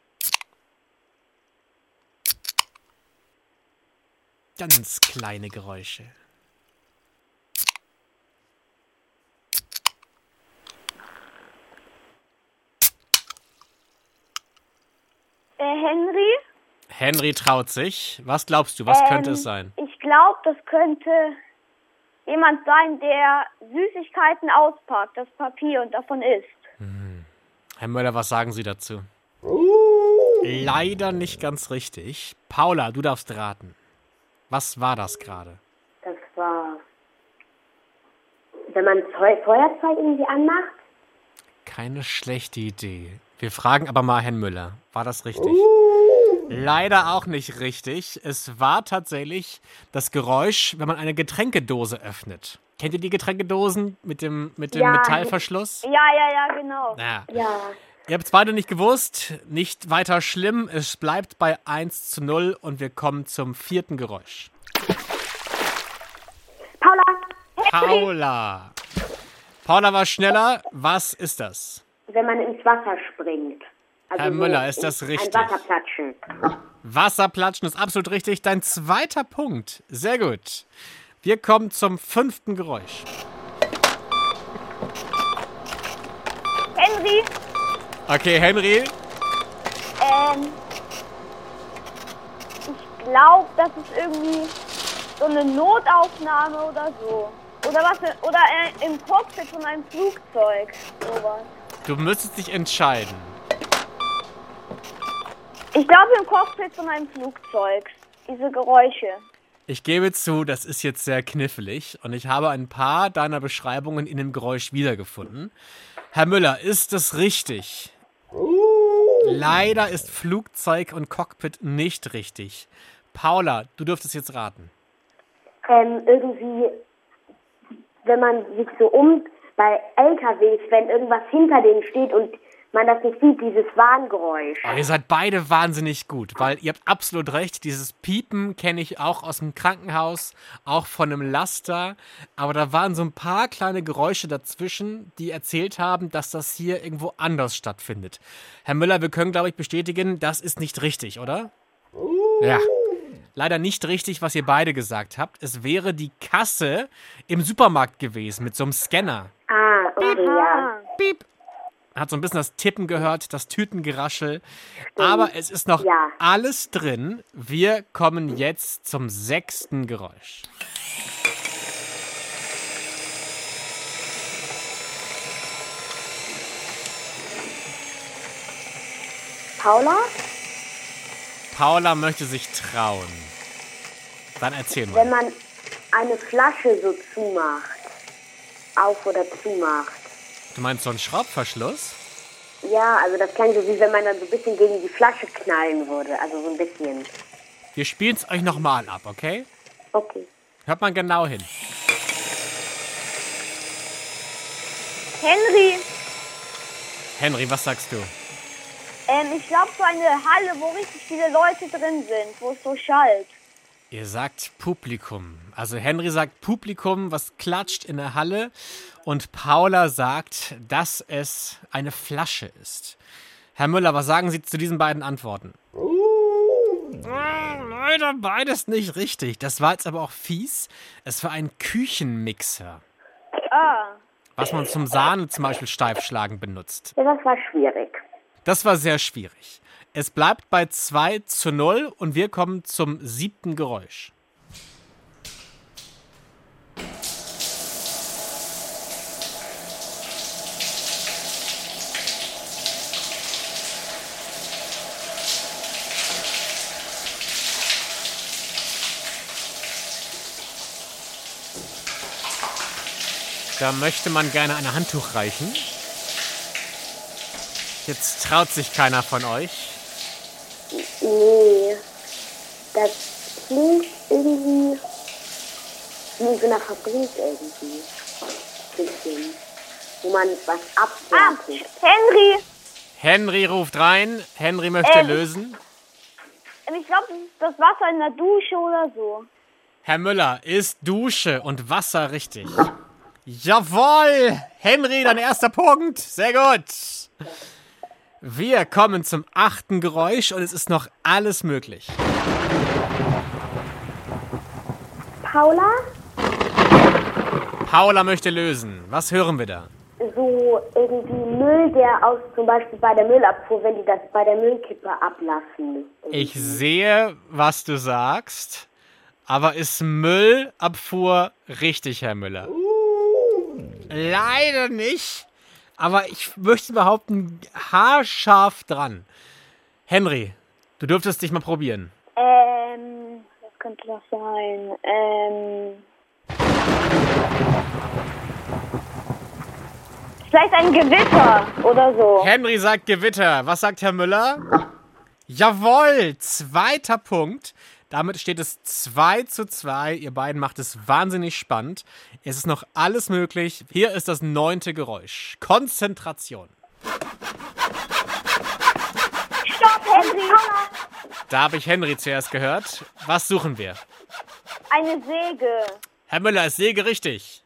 C: Ganz kleine Geräusche. Henry traut sich. Was glaubst du, was könnte es sein?
I: Ich glaube, das könnte jemand sein, der Süßigkeiten auspackt, das Papier und davon isst.
C: Herr Müller, was sagen Sie dazu? Leider nicht ganz richtig. Paula, du darfst raten. Was war das gerade?
J: Das war, wenn man Feuerzeug irgendwie anmacht.
C: Keine schlechte Idee. Wir fragen aber mal Herrn Müller. War das richtig? Leider auch nicht richtig. Es war tatsächlich das Geräusch, wenn man eine Getränkedose öffnet. Kennt ihr die Getränkedosen mit dem Metallverschluss?
I: Ja, genau.
C: Ja.
J: Ja.
C: Ihr habt es beide nicht gewusst. Nicht weiter schlimm. Es bleibt bei 1:0 und wir kommen zum vierten Geräusch. Paula. Paula war schneller. Was ist das?
J: Wenn man ins Wasser springt. Also
C: Herr Müller, ist das richtig?
J: Ein Wasserplatschen.
C: Wasserplatschen ist absolut richtig. Dein zweiter Punkt. Sehr gut. Wir kommen zum fünften Geräusch.
I: Henry.
C: Okay, Henry.
I: Ich glaube, das ist irgendwie so eine Notaufnahme oder so. Oder im Cockpit von einem Flugzeug. Sowas.
C: Du müsstest dich entscheiden.
I: Ich glaube im Cockpit von einem Flugzeug. Diese Geräusche.
C: Ich gebe zu, das ist jetzt sehr knifflig und ich habe ein paar deiner Beschreibungen in dem Geräusch wiedergefunden. Herr Müller, ist das richtig? Leider ist Flugzeug und Cockpit nicht richtig. Paula, du dürftest jetzt raten.
J: Irgendwie, wenn man sich so bei LKWs, wenn irgendwas hinter denen steht und man das nicht sieht, dieses Warngeräusch.
C: Oh, ihr seid beide wahnsinnig gut, weil ihr habt absolut recht. Dieses Piepen kenne ich auch aus dem Krankenhaus, auch von einem Laster. Aber da waren so ein paar kleine Geräusche dazwischen, die erzählt haben, dass das hier irgendwo anders stattfindet. Herr Müller, wir können, glaube ich, bestätigen, das ist nicht richtig, oder? Ja. Leider nicht richtig, was ihr beide gesagt habt. Es wäre die Kasse im Supermarkt gewesen mit so einem Scanner.
J: Ah, okay, ja.
C: Piep. Man hat so ein bisschen das Tippen gehört, das Tütengeraschel. Aber es ist noch alles drin. Wir kommen jetzt zum 6. Geräusch.
J: Paula?
C: Paula möchte sich trauen. Dann erzähl mal.
J: Wenn man eine Flasche so zumacht, auf- oder zumacht.
C: Du meinst so einen Schraubverschluss?
J: Ja, also das klingt so, wie wenn man dann so ein bisschen gegen die Flasche knallen würde. Also so ein bisschen.
C: Wir spielen es euch nochmal ab, okay?
J: Okay.
C: Hört mal genau hin. Henry, was sagst du?
I: Ich glaube so eine Halle, wo richtig viele Leute drin sind, wo es so schallt.
C: Ihr sagt Publikum. Also Henry sagt Publikum, was klatscht in der Halle. Und Paula sagt, dass es eine Flasche ist. Herr Müller, was sagen Sie zu diesen beiden Antworten? Leider beides nicht richtig. Das war jetzt aber auch fies. Es war ein Küchenmixer. Was man zum Sahne zum Beispiel steifschlagen benutzt.
J: Ja, das war schwierig.
C: Das war sehr schwierig. Es bleibt bei 2:0 und wir kommen zum 7. Geräusch. Da möchte man gerne ein Handtuch reichen. Jetzt traut sich keiner von euch.
J: Nee, das klingt irgendwie wie in so einer Fabrik irgendwie. Bisschen. Wo man was abwertet.
C: Henry ruft rein. Henry möchte lösen.
I: Ich glaube, das ist das Wasser in der Dusche oder so.
C: Herr Müller, ist Dusche und Wasser richtig? Jawohl! Henry, dein erster Punkt. Sehr gut. Wir kommen zum 8. Geräusch und es ist noch alles möglich.
J: Paula?
C: Paula möchte lösen. Was hören wir da?
J: So irgendwie Müll, der aus zum Beispiel bei der Müllabfuhr, wenn die das bei der Müllkippe ablassen.
C: Ich sehe, was du sagst. Aber ist Müllabfuhr richtig, Herr Müller? Leider nicht. Aber ich möchte behaupten, haarscharf dran. Henry, du dürftest dich mal probieren.
I: Was könnte das sein? Vielleicht ein Gewitter oder so.
C: Henry sagt Gewitter. Was sagt Herr Müller? Jawohl, 2. Punkt. Damit steht es 2:2. Ihr beiden macht es wahnsinnig spannend. Es ist noch alles möglich. Hier ist das 9. Geräusch. Konzentration.
I: Stopp, Henry!
C: Da habe ich Henry zuerst gehört. Was suchen wir?
I: Eine Säge.
C: Herr Müller, ist Säge richtig?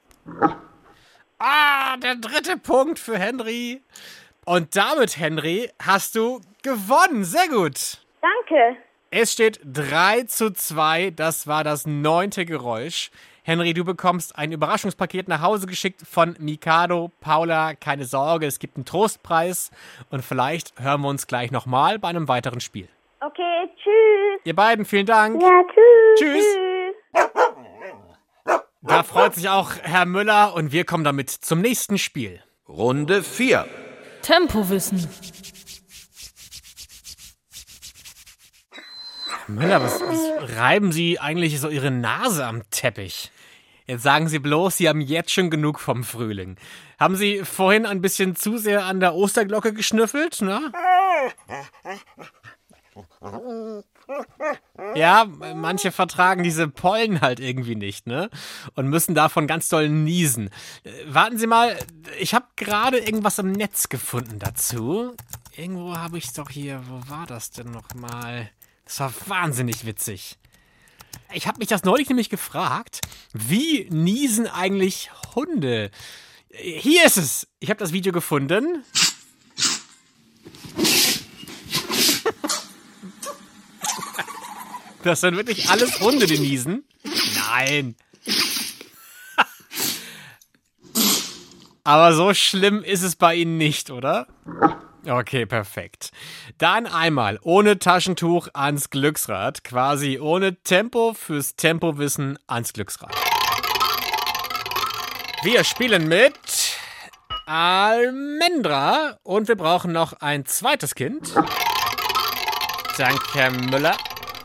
C: Der 3. Punkt für Henry. Und damit, Henry, hast du gewonnen. Sehr gut.
I: Danke.
C: Es steht 3:2. Das war das 9. Geräusch. Henry, du bekommst ein Überraschungspaket nach Hause geschickt von Mikado. Paula, keine Sorge, es gibt einen Trostpreis. Und vielleicht hören wir uns gleich nochmal bei einem weiteren Spiel.
I: Okay, tschüss.
C: Ihr beiden, vielen Dank.
I: Ja, tschüss.
C: Tschüss. Da freut sich auch Herr Müller und wir kommen damit zum nächsten Spiel.
B: Runde 4.
F: Tempowissen.
C: Herr Müller, was reiben Sie eigentlich so Ihre Nase am Teppich? Jetzt sagen Sie bloß, Sie haben jetzt schon genug vom Frühling. Haben Sie vorhin ein bisschen zu sehr an der Osterglocke geschnüffelt, ne? Ja, manche vertragen diese Pollen halt irgendwie nicht, ne? Und müssen davon ganz doll niesen. Warten Sie mal, ich habe gerade irgendwas im Netz gefunden dazu. Irgendwo habe ich es doch hier, wo war das denn nochmal? Das war wahnsinnig witzig. Ich habe mich das neulich nämlich gefragt, wie niesen eigentlich Hunde? Hier ist es. Ich habe das Video gefunden. Das sind wirklich alles Hunde, die niesen? Nein. Aber so schlimm ist es bei Ihnen nicht, oder? Okay, perfekt. Dann einmal ohne Taschentuch ans Glücksrad, quasi ohne Tempo fürs Tempowissen ans Glücksrad. Wir spielen mit Almendra und wir brauchen noch ein zweites Kind. Danke, Herr Müller.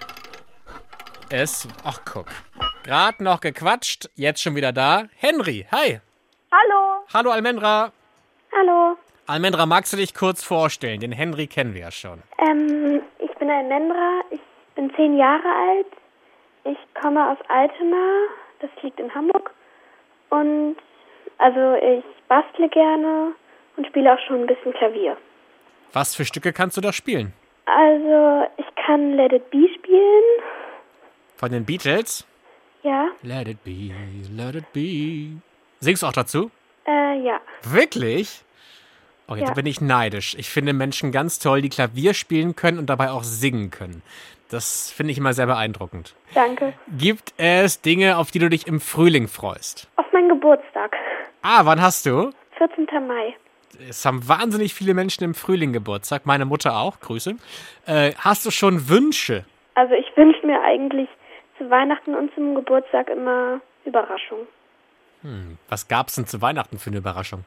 C: Ach guck, gerade noch gequatscht, jetzt schon wieder da. Henry, hi.
E: Hallo.
C: Hallo Almendra.
E: Hallo.
C: Almendra, magst du dich kurz vorstellen? Den Henry kennen wir ja schon.
E: Ich bin Almendra, ich bin 10 Jahre alt. Ich komme aus Altena, das liegt in Hamburg. Und also ich bastle gerne und spiele auch schon ein bisschen Klavier.
C: Was für Stücke kannst du da spielen?
E: Also ich kann Let It Be spielen.
C: Von den Beatles?
E: Ja.
C: Let it be, let it be. Singst du auch dazu?
E: Ja.
C: Wirklich? Okay,
E: Ja.
C: da bin ich neidisch. Ich finde Menschen ganz toll, die Klavier spielen können und dabei auch singen können. Das finde ich immer sehr beeindruckend.
E: Danke.
C: Gibt es Dinge, auf die du dich im Frühling freust?
E: Auf meinen Geburtstag.
C: Ah, wann hast du?
E: 14. Mai.
C: Es haben wahnsinnig viele Menschen im Frühling Geburtstag. Meine Mutter auch. Grüße. Hast du schon Wünsche?
E: Also ich wünsche mir eigentlich zu Weihnachten und zum Geburtstag immer Überraschung.
C: Was gab's denn zu Weihnachten für eine Überraschung?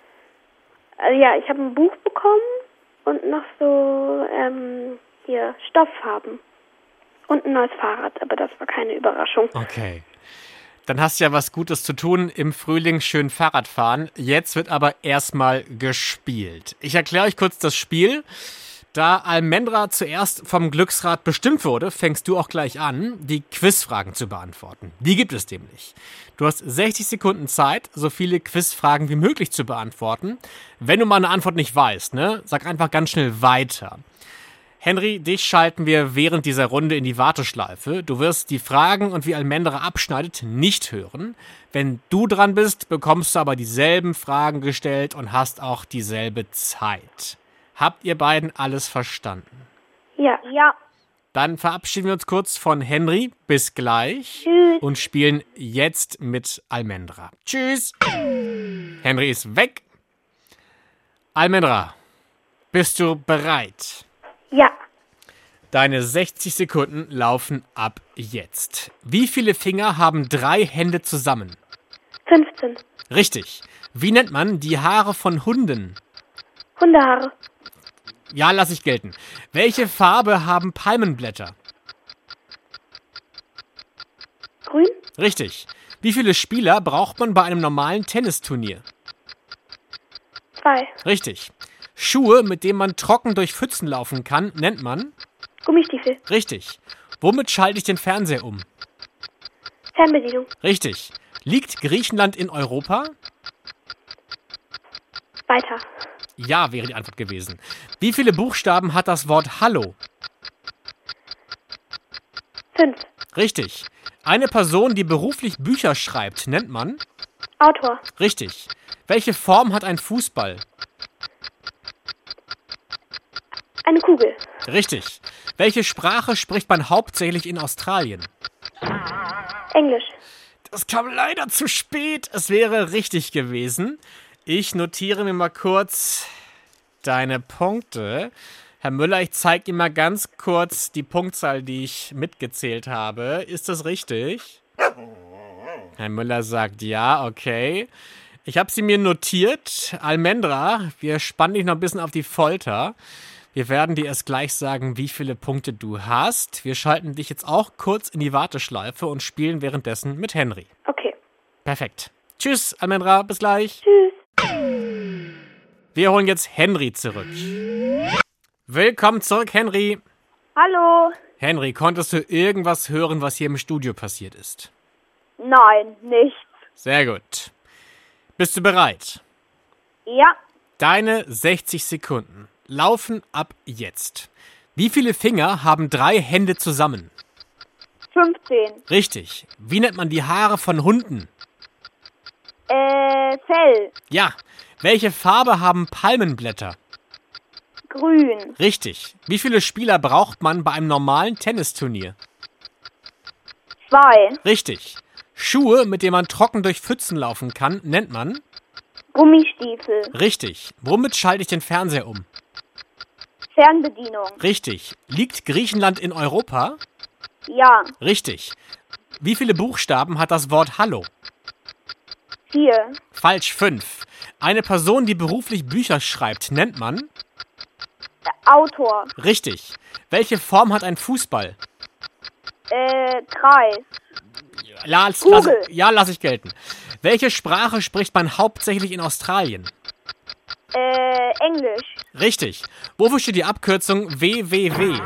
E: Also ja, ich habe ein Buch bekommen und noch so hier Stofffarben und ein neues Fahrrad, aber das war keine Überraschung.
C: Okay. Dann hast du ja was Gutes zu tun, im Frühling schön Fahrrad fahren. Jetzt wird aber erstmal gespielt. Ich erkläre euch kurz das Spiel. Da Almendra zuerst vom Glücksrad bestimmt wurde, fängst du auch gleich an, die Quizfragen zu beantworten. Die gibt es nämlich. Du hast 60 Sekunden Zeit, so viele Quizfragen wie möglich zu beantworten. Wenn du mal eine Antwort nicht weißt, ne, sag einfach ganz schnell weiter. Henry, dich schalten wir während dieser Runde in die Warteschleife. Du wirst die Fragen und wie Almendra abschneidet nicht hören. Wenn du dran bist, bekommst du aber dieselben Fragen gestellt und hast auch dieselbe Zeit. Habt ihr beiden alles verstanden?
E: Ja. Ja.
C: Dann verabschieden wir uns kurz von Henry. Bis gleich.
E: Tschüss.
C: Und spielen jetzt mit Almendra. Tschüss. Henry ist weg. Almendra, bist du bereit?
E: Ja.
C: Deine 60 Sekunden laufen ab jetzt. Wie viele Finger haben 3 Hände zusammen?
E: 15.
C: Richtig. Wie nennt man die Haare von Hunden?
E: Hundehaare.
C: Ja, lass ich gelten. Welche Farbe haben Palmenblätter?
E: Grün.
C: Richtig. Wie viele Spieler braucht man bei einem normalen Tennisturnier?
E: 2.
C: Richtig. Schuhe, mit denen man trocken durch Pfützen laufen kann, nennt man?
E: Gummistiefel.
C: Richtig. Womit schalte ich den Fernseher um?
E: Fernbedienung.
C: Richtig. Liegt Griechenland in Europa?
E: Weiter.
C: Ja, wäre die Antwort gewesen. Wie viele Buchstaben hat das Wort Hallo?
E: 5.
C: Richtig. Eine Person, die beruflich Bücher schreibt, nennt man?
E: Autor.
C: Richtig. Welche Form hat ein Fußball?
E: Eine Kugel.
C: Richtig. Welche Sprache spricht man hauptsächlich in Australien?
E: Englisch.
C: Das kam leider zu spät. Es wäre richtig gewesen. Ich notiere mir mal kurz deine Punkte. Herr Müller, ich zeige Ihnen mal ganz kurz die Punktzahl, die ich mitgezählt habe. Ist das richtig? Herr Müller sagt ja, okay. Ich habe sie mir notiert. Almendra, wir spannen dich noch ein bisschen auf die Folter. Wir werden dir erst gleich sagen, wie viele Punkte du hast. Wir schalten dich jetzt auch kurz in die Warteschleife und spielen währenddessen mit Henry.
E: Okay.
C: Perfekt. Tschüss, Almendra, bis gleich.
E: Tschüss.
C: Wir holen jetzt Henry zurück. Willkommen zurück, Henry.
I: Hallo.
C: Henry, konntest du irgendwas hören, was hier im Studio passiert ist?
I: Nein, nichts.
C: Sehr gut. Bist du bereit?
I: Ja,
C: Deine 60 Sekunden laufen ab jetzt. Wie viele Finger haben 3 Hände zusammen?
I: 15.
C: Richtig. Wie nennt man die Haare von Hunden?
I: Fell.
C: Ja. Welche Farbe haben Palmenblätter?
I: Grün.
C: Richtig. Wie viele Spieler braucht man bei einem normalen Tennisturnier?
I: 2.
C: Richtig. Schuhe, mit denen man trocken durch Pfützen laufen kann, nennt man?
I: Gummistiefel.
C: Richtig. Womit schalte ich den Fernseher um?
I: Fernbedienung.
C: Richtig. Liegt Griechenland in Europa?
I: Ja.
C: Richtig. Wie viele Buchstaben hat das Wort Hallo?
I: 4.
C: Falsch, 5. Eine Person, die beruflich Bücher schreibt, nennt man?
I: Autor.
C: Richtig. Welche Form hat ein Fußball?
I: Kreis.
C: Lass ich gelten. Welche Sprache spricht man hauptsächlich in Australien?
I: Englisch.
C: Richtig. Wofür steht die Abkürzung WWW?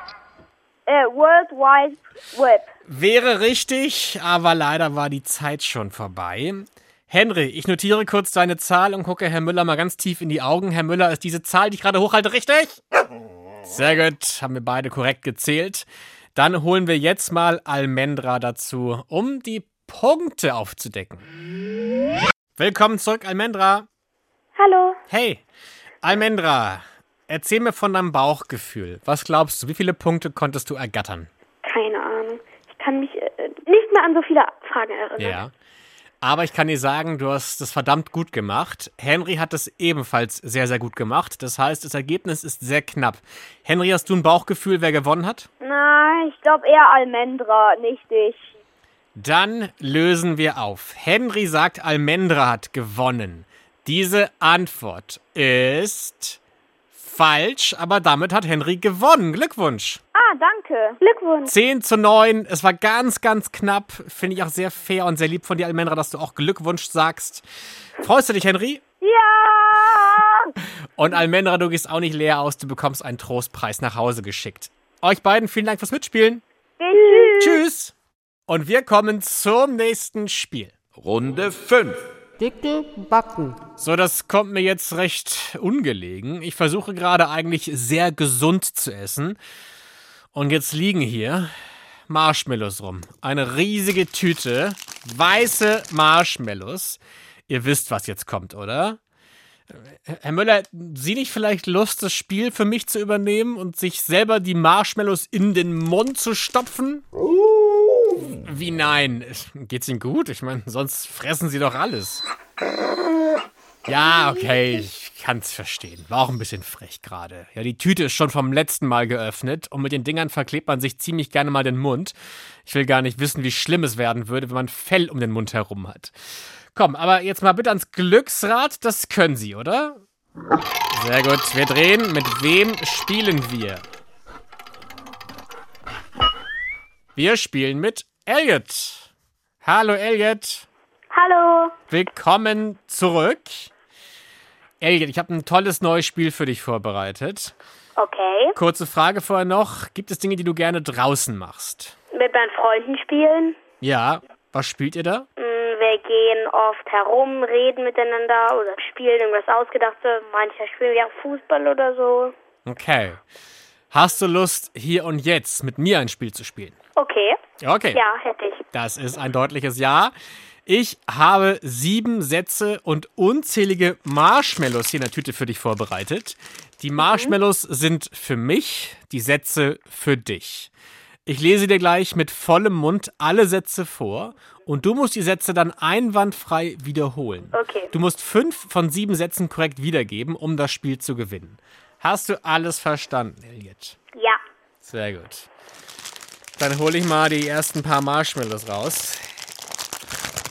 I: World Wide Web.
C: Wäre richtig, aber leider war die Zeit schon vorbei. Henry, ich notiere kurz deine Zahl und gucke Herrn Müller mal ganz tief in die Augen. Herr Müller, ist diese Zahl, die ich gerade hochhalte, richtig? Sehr gut, haben wir beide korrekt gezählt. Dann holen wir jetzt mal Almendra dazu, um die Punkte aufzudecken. Willkommen zurück, Almendra.
E: Hallo.
C: Hey, Almendra, erzähl mir von deinem Bauchgefühl. Was glaubst du, wie viele Punkte konntest du ergattern?
E: Keine Ahnung. Ich kann mich nicht mehr an so viele Fragen erinnern.
C: Ja. Aber ich kann dir sagen, du hast das verdammt gut gemacht. Henry hat es ebenfalls sehr, sehr gut gemacht. Das heißt, das Ergebnis ist sehr knapp. Henry, hast du ein Bauchgefühl, wer gewonnen hat?
I: Nein, ich glaube eher Almendra, nicht ich.
C: Dann lösen wir auf. Henry sagt, Almendra hat gewonnen. Diese Antwort ist falsch, aber damit hat Henry gewonnen. Glückwunsch.
I: Ah, danke.
E: Glückwunsch.
C: 10:9. Es war ganz, ganz knapp. Finde ich auch sehr fair und sehr lieb von dir, Almendra, dass du auch Glückwunsch sagst. Freust du dich, Henry?
I: Ja!
C: Und Almendra, du gehst auch nicht leer aus. Du bekommst einen Trostpreis nach Hause geschickt. Euch beiden vielen Dank fürs Mitspielen.
I: Tschüss.
C: Tschüss. Und wir kommen zum nächsten Spiel.
B: Runde 5.
K: Dicke Backen.
C: So, das kommt mir jetzt recht ungelegen. Ich versuche gerade eigentlich sehr gesund zu essen. Und jetzt liegen hier Marshmallows rum. Eine riesige Tüte weiße Marshmallows. Ihr wisst, was jetzt kommt, oder? Herr Müller, Sie nicht vielleicht Lust, das Spiel für mich zu übernehmen und sich selber die Marshmallows in den Mund zu stopfen? Wie nein? Geht's Ihnen gut? Ich meine, sonst fressen Sie doch alles. Ja, okay, ich kann's verstehen. War auch ein bisschen frech gerade. Ja, die Tüte ist schon vom letzten Mal geöffnet und mit den Dingern verklebt man sich ziemlich gerne mal den Mund. Ich will gar nicht wissen, wie schlimm es werden würde, wenn man Fell um den Mund herum hat. Komm, aber jetzt mal bitte ans Glücksrad. Das können Sie, oder? Sehr gut, wir drehen. Mit wem spielen wir? Wir spielen mit Elliot. Hallo, Elliot.
E: Hallo.
C: Willkommen zurück. Elliot, ich habe ein tolles neues Spiel für dich vorbereitet.
E: Okay.
C: Kurze Frage vorher noch. Gibt es Dinge, die du gerne draußen machst?
E: Mit meinen Freunden spielen.
C: Ja. Was spielt ihr da?
E: Wir gehen oft herum, reden miteinander oder spielen irgendwas Ausgedachtes. Manchmal spielen wir auch Fußball oder so.
C: Okay. Hast du Lust, hier und jetzt mit mir ein Spiel zu spielen?
E: Okay.
C: Okay.
E: Ja, hätte ich.
C: Das ist ein deutliches Ja. Ich habe 7 Sätze und unzählige Marshmallows hier in der Tüte für dich vorbereitet. Die Marshmallows sind für mich, die Sätze für dich. Ich lese dir gleich mit vollem Mund alle Sätze vor und du musst die Sätze dann einwandfrei wiederholen.
E: Okay.
C: Du musst 5 von 7 Sätzen korrekt wiedergeben, um das Spiel zu gewinnen. Hast du alles verstanden, Elliot?
E: Ja.
C: Sehr gut. Dann hole ich mal die ersten paar Marshmallows raus.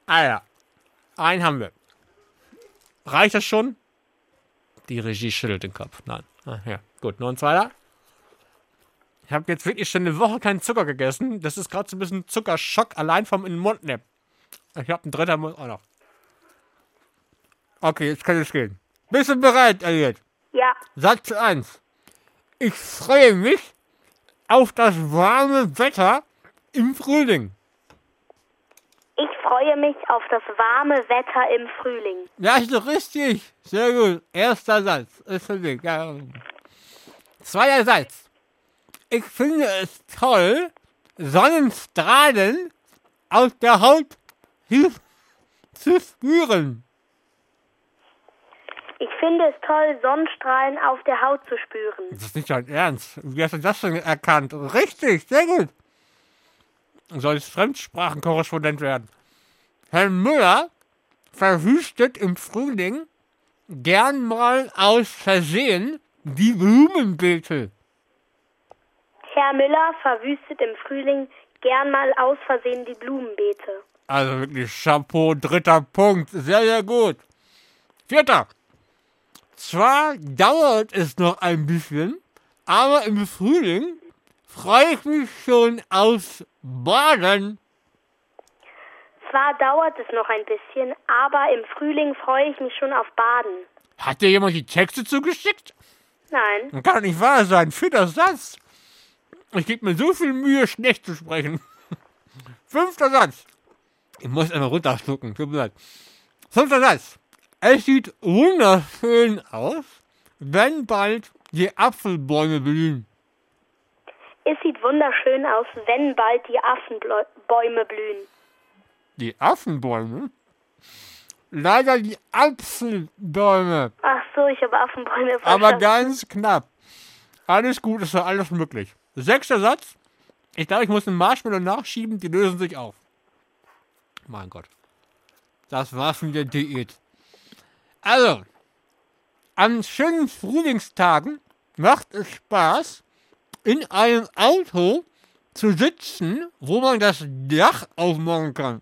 C: Ah ja, einen haben wir. Reicht das schon? Die Regie schüttelt den Kopf. Nein. Ja, gut, noch ein zweiter. Ich habe jetzt wirklich schon eine Woche keinen Zucker gegessen. Das ist gerade so ein bisschen Zuckerschock, allein vom in den Mund nehmen. Ich habe einen dritten Mund auch noch. Okay, jetzt kann es gehen. Bist du bereit, Elliot?
E: Ja.
C: Satz 1. Ich freue mich auf das warme Wetter im Frühling.
E: Ich freue mich auf das warme Wetter im Frühling.
C: Ja, ist doch richtig. Sehr gut. Erster Satz. Ist richtig. Ja. Zweiter Satz. Ich finde es toll, Sonnenstrahlen aus der Haut zu spüren.
E: Ich finde es toll, Sonnenstrahlen auf der Haut zu spüren.
C: Das ist nicht dein Ernst. Wie hast du das denn erkannt? Richtig, sehr gut. Du sollst Fremdsprachenkorrespondent werden. Herr Müller verwüstet im Frühling gern mal aus Versehen die Blumenbeete.
E: Herr Müller verwüstet im Frühling gern mal aus Versehen die Blumenbeete.
C: Also wirklich Chapeau, 3. Punkt. Sehr, sehr gut. 4. Zwar dauert es noch ein bisschen, aber im Frühling freue ich mich schon aufs Baden.
E: Zwar dauert es noch ein bisschen, aber im Frühling freue ich mich schon auf Baden.
C: Hat dir jemand die Texte zugeschickt?
E: Nein.
C: Das kann doch nicht wahr sein. 4. Satz. Ich gebe mir so viel Mühe, schlecht zu sprechen. 5. Satz. Ich muss einmal runterschlucken. Tut mir leid. 5. Satz. Es sieht wunderschön aus, wenn bald die Apfelbäume blühen.
E: Es sieht wunderschön aus, wenn bald die Affenbäume blühen.
C: Die Affenbäume? Leider die Apfelbäume.
E: Ach so, ich habe Affenbäume verstanden.
C: Aber ganz knapp. Alles gut, ist ja alles möglich. 6. Satz. Ich glaube, ich muss den Marshmallow nachschieben, die lösen sich auf. Mein Gott. Das war's mit der Diät. Also, an schönen Frühlingstagen macht es Spaß, in einem Auto zu sitzen, wo man das Dach aufmachen kann.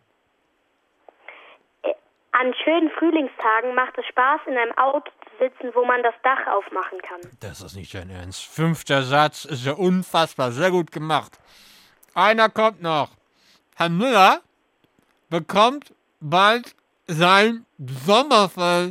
E: An schönen Frühlingstagen macht es Spaß, in einem Auto zu sitzen, wo man das Dach aufmachen kann.
C: Das ist nicht dein Ernst. 5. Satz ist ja unfassbar. Sehr gut gemacht. Einer kommt noch. Herr Müller bekommt bald sein Sommerfell.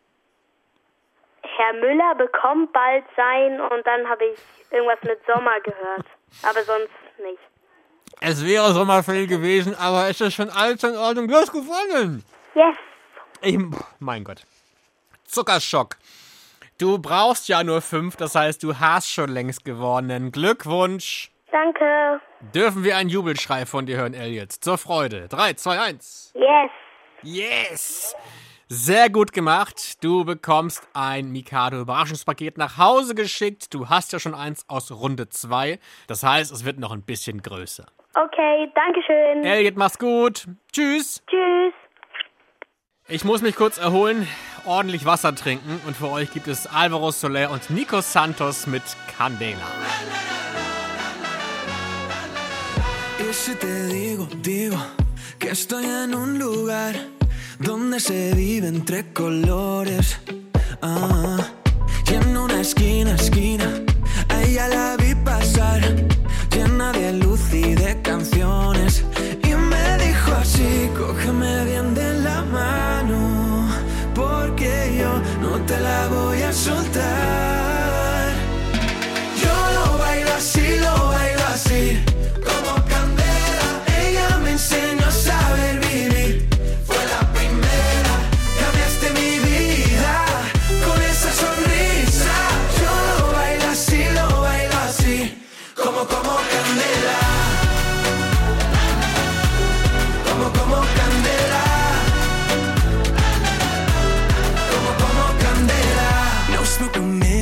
E: Herr Müller bekommt bald sein und dann habe ich irgendwas mit Sommer gehört. Aber sonst nicht.
C: Es wäre Sommerfell gewesen, aber es ist schon alles in Ordnung. Du hast gewonnen.
E: Yes.
C: Mein Gott. Zuckerschock. Du brauchst ja nur 5, das heißt, du hast schon längst gewonnen. Glückwunsch.
E: Danke.
C: Dürfen wir einen Jubelschrei von dir hören, Elliot? Zur Freude. 3, 2, 1.
E: Yes.
C: Yes. Sehr gut gemacht. Du bekommst ein Mikado-Überraschungspaket nach Hause geschickt. Du hast ja schon eins aus Runde 2. Das heißt, es wird noch ein bisschen größer.
E: Okay, danke schön.
C: Elliot, mach's gut. Tschüss.
E: Tschüss.
C: Ich muss mich kurz erholen, ordentlich Wasser trinken. Und für euch gibt es Alvaro Soler und Nico Santos mit Candela.
L: Y si te digo que estoy en un lugar donde se vive entre colores. Y en una esquina, a ella la vi pasar, llena de luz y de canciones. Y me dijo así, cógeme bien de la mano, porque yo no te la voy a soltar. Yo lo bailo así, como candela. Ella me enseñó a saber vivir. Fue la primera, cambiaste mi vida con esa sonrisa. Yo lo bailo así, como candela. Como candela. Como candela. No smoke no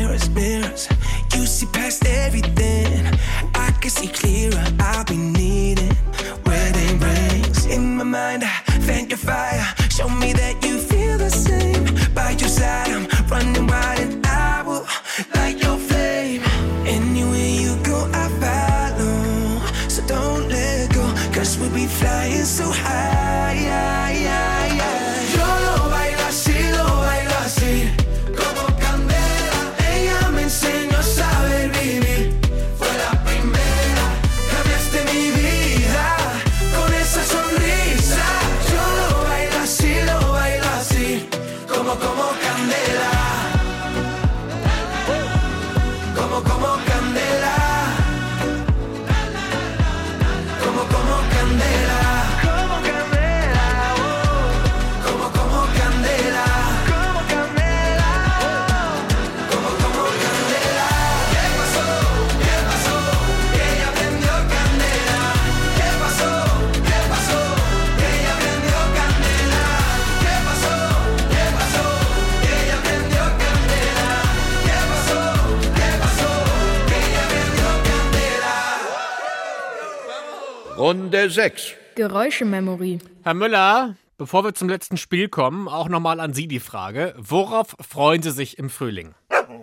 B: Runde 6.
F: Geräuschememory.
C: Herr Müller, bevor wir zum letzten Spiel kommen, auch nochmal an Sie die Frage. Worauf freuen Sie sich im Frühling?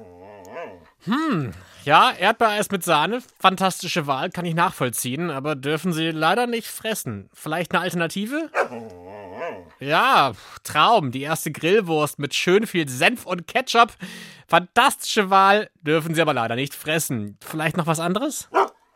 C: Ja, Erdbeereis mit Sahne, fantastische Wahl, kann ich nachvollziehen, aber dürfen Sie leider nicht fressen. Vielleicht eine Alternative? Ja, Traum, die erste Grillwurst mit schön viel Senf und Ketchup. Fantastische Wahl, dürfen Sie aber leider nicht fressen. Vielleicht noch was anderes?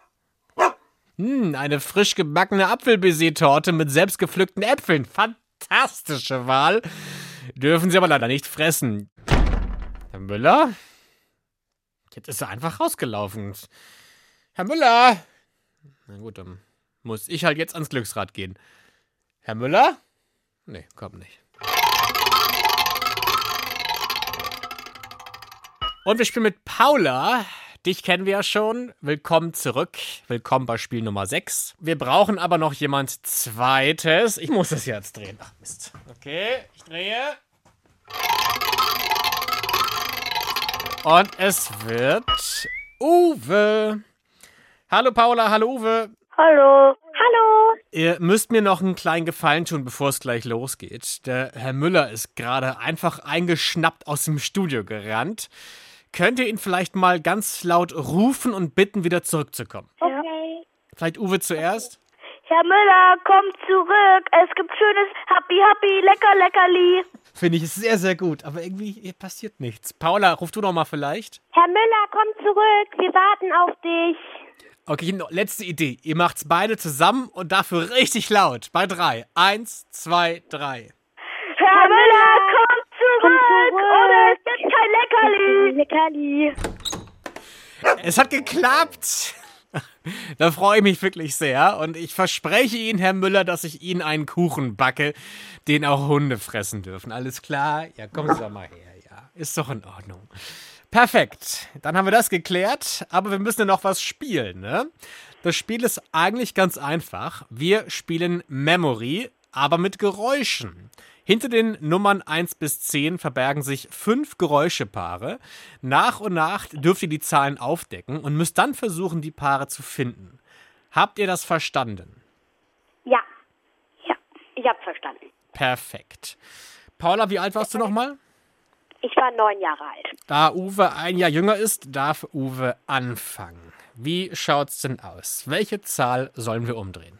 C: Eine frisch gebackene Apfelbaiser-Torte mit selbstgepflückten Äpfeln. Fantastische Wahl, dürfen Sie aber leider nicht fressen. Herr Müller? Jetzt ist er einfach rausgelaufen. Herr Müller! Na gut, dann muss ich halt jetzt ans Glücksrad gehen. Herr Müller? Nee, kommt nicht. Und wir spielen mit Paula. Dich kennen wir ja schon. Willkommen zurück. Willkommen bei Spiel Nummer 6. Wir brauchen aber noch jemand Zweites. Ich muss das jetzt drehen. Ach Mist. Okay, ich drehe. Und es wird Uwe. Hallo Paula, hallo Uwe.
E: Hallo. Hallo.
C: Ihr müsst mir noch einen kleinen Gefallen tun, bevor es gleich losgeht. Der Herr Müller ist gerade einfach eingeschnappt aus dem Studio gerannt. Könnt ihr ihn vielleicht mal ganz laut rufen und bitten, wieder zurückzukommen?
E: Okay.
C: Vielleicht Uwe zuerst?
E: Herr Müller, kommt zurück. Es gibt schönes Happy, lecker, leckerli.
C: Finde ich sehr, sehr gut. Aber irgendwie passiert nichts. Paula, ruf du noch mal vielleicht.
I: Herr Müller, komm zurück. Wir warten auf dich.
C: Okay, letzte Idee. Ihr macht's beide zusammen und dafür richtig laut. Bei 3. 1, 2, 3.
E: Herr Müller, kommt zurück. Oder es gibt kein Leckerli.
C: Es hat geklappt. Da freue ich mich wirklich sehr. Und ich verspreche Ihnen, Herr Müller, dass ich Ihnen einen Kuchen backe, den auch Hunde fressen dürfen. Alles klar? Ja, kommen Sie doch mal her. Ja, ist doch in Ordnung. Perfekt. Dann haben wir das geklärt. Aber wir müssen ja noch was spielen, ne? Das Spiel ist eigentlich ganz einfach. Wir spielen Memory, aber mit Geräuschen. Hinter den Nummern 1 bis 10 verbergen sich 5 Geräuschepaare. Nach und nach dürft ihr die Zahlen aufdecken und müsst dann versuchen, die Paare zu finden. Habt ihr das verstanden?
J: Ja. Ja, ich hab's verstanden.
C: Perfekt. Paula, wie alt warst du nochmal?
J: Ich war 9 Jahre alt.
C: Da Uwe ein Jahr jünger ist, darf Uwe anfangen. Wie schaut's denn aus? Welche Zahl sollen wir umdrehen?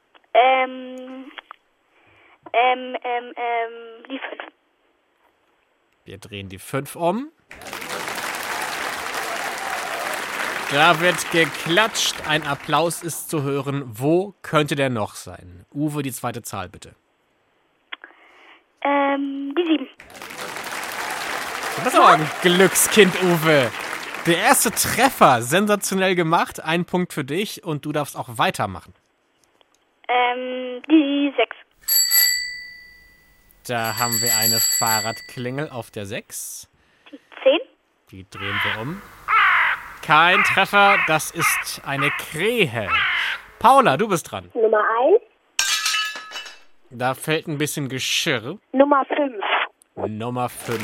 E: Die 5.
C: Wir drehen die 5 um. Da wird geklatscht. Ein Applaus ist zu hören. Wo könnte der noch sein? Uwe, die zweite Zahl bitte.
E: Die 7.
C: Du bist aber ein Glückskind, Uwe. Der erste Treffer, sensationell gemacht. Ein Punkt für dich und du darfst auch weitermachen.
E: Die 6.
C: Da haben wir eine Fahrradklingel auf der 6.
E: Die 10.
C: Die drehen wir um. Kein Treffer, das ist eine Krähe. Paula, du bist dran.
I: Nummer 1.
C: Da fällt ein bisschen Geschirr.
I: Nummer 5.
C: Nummer 5.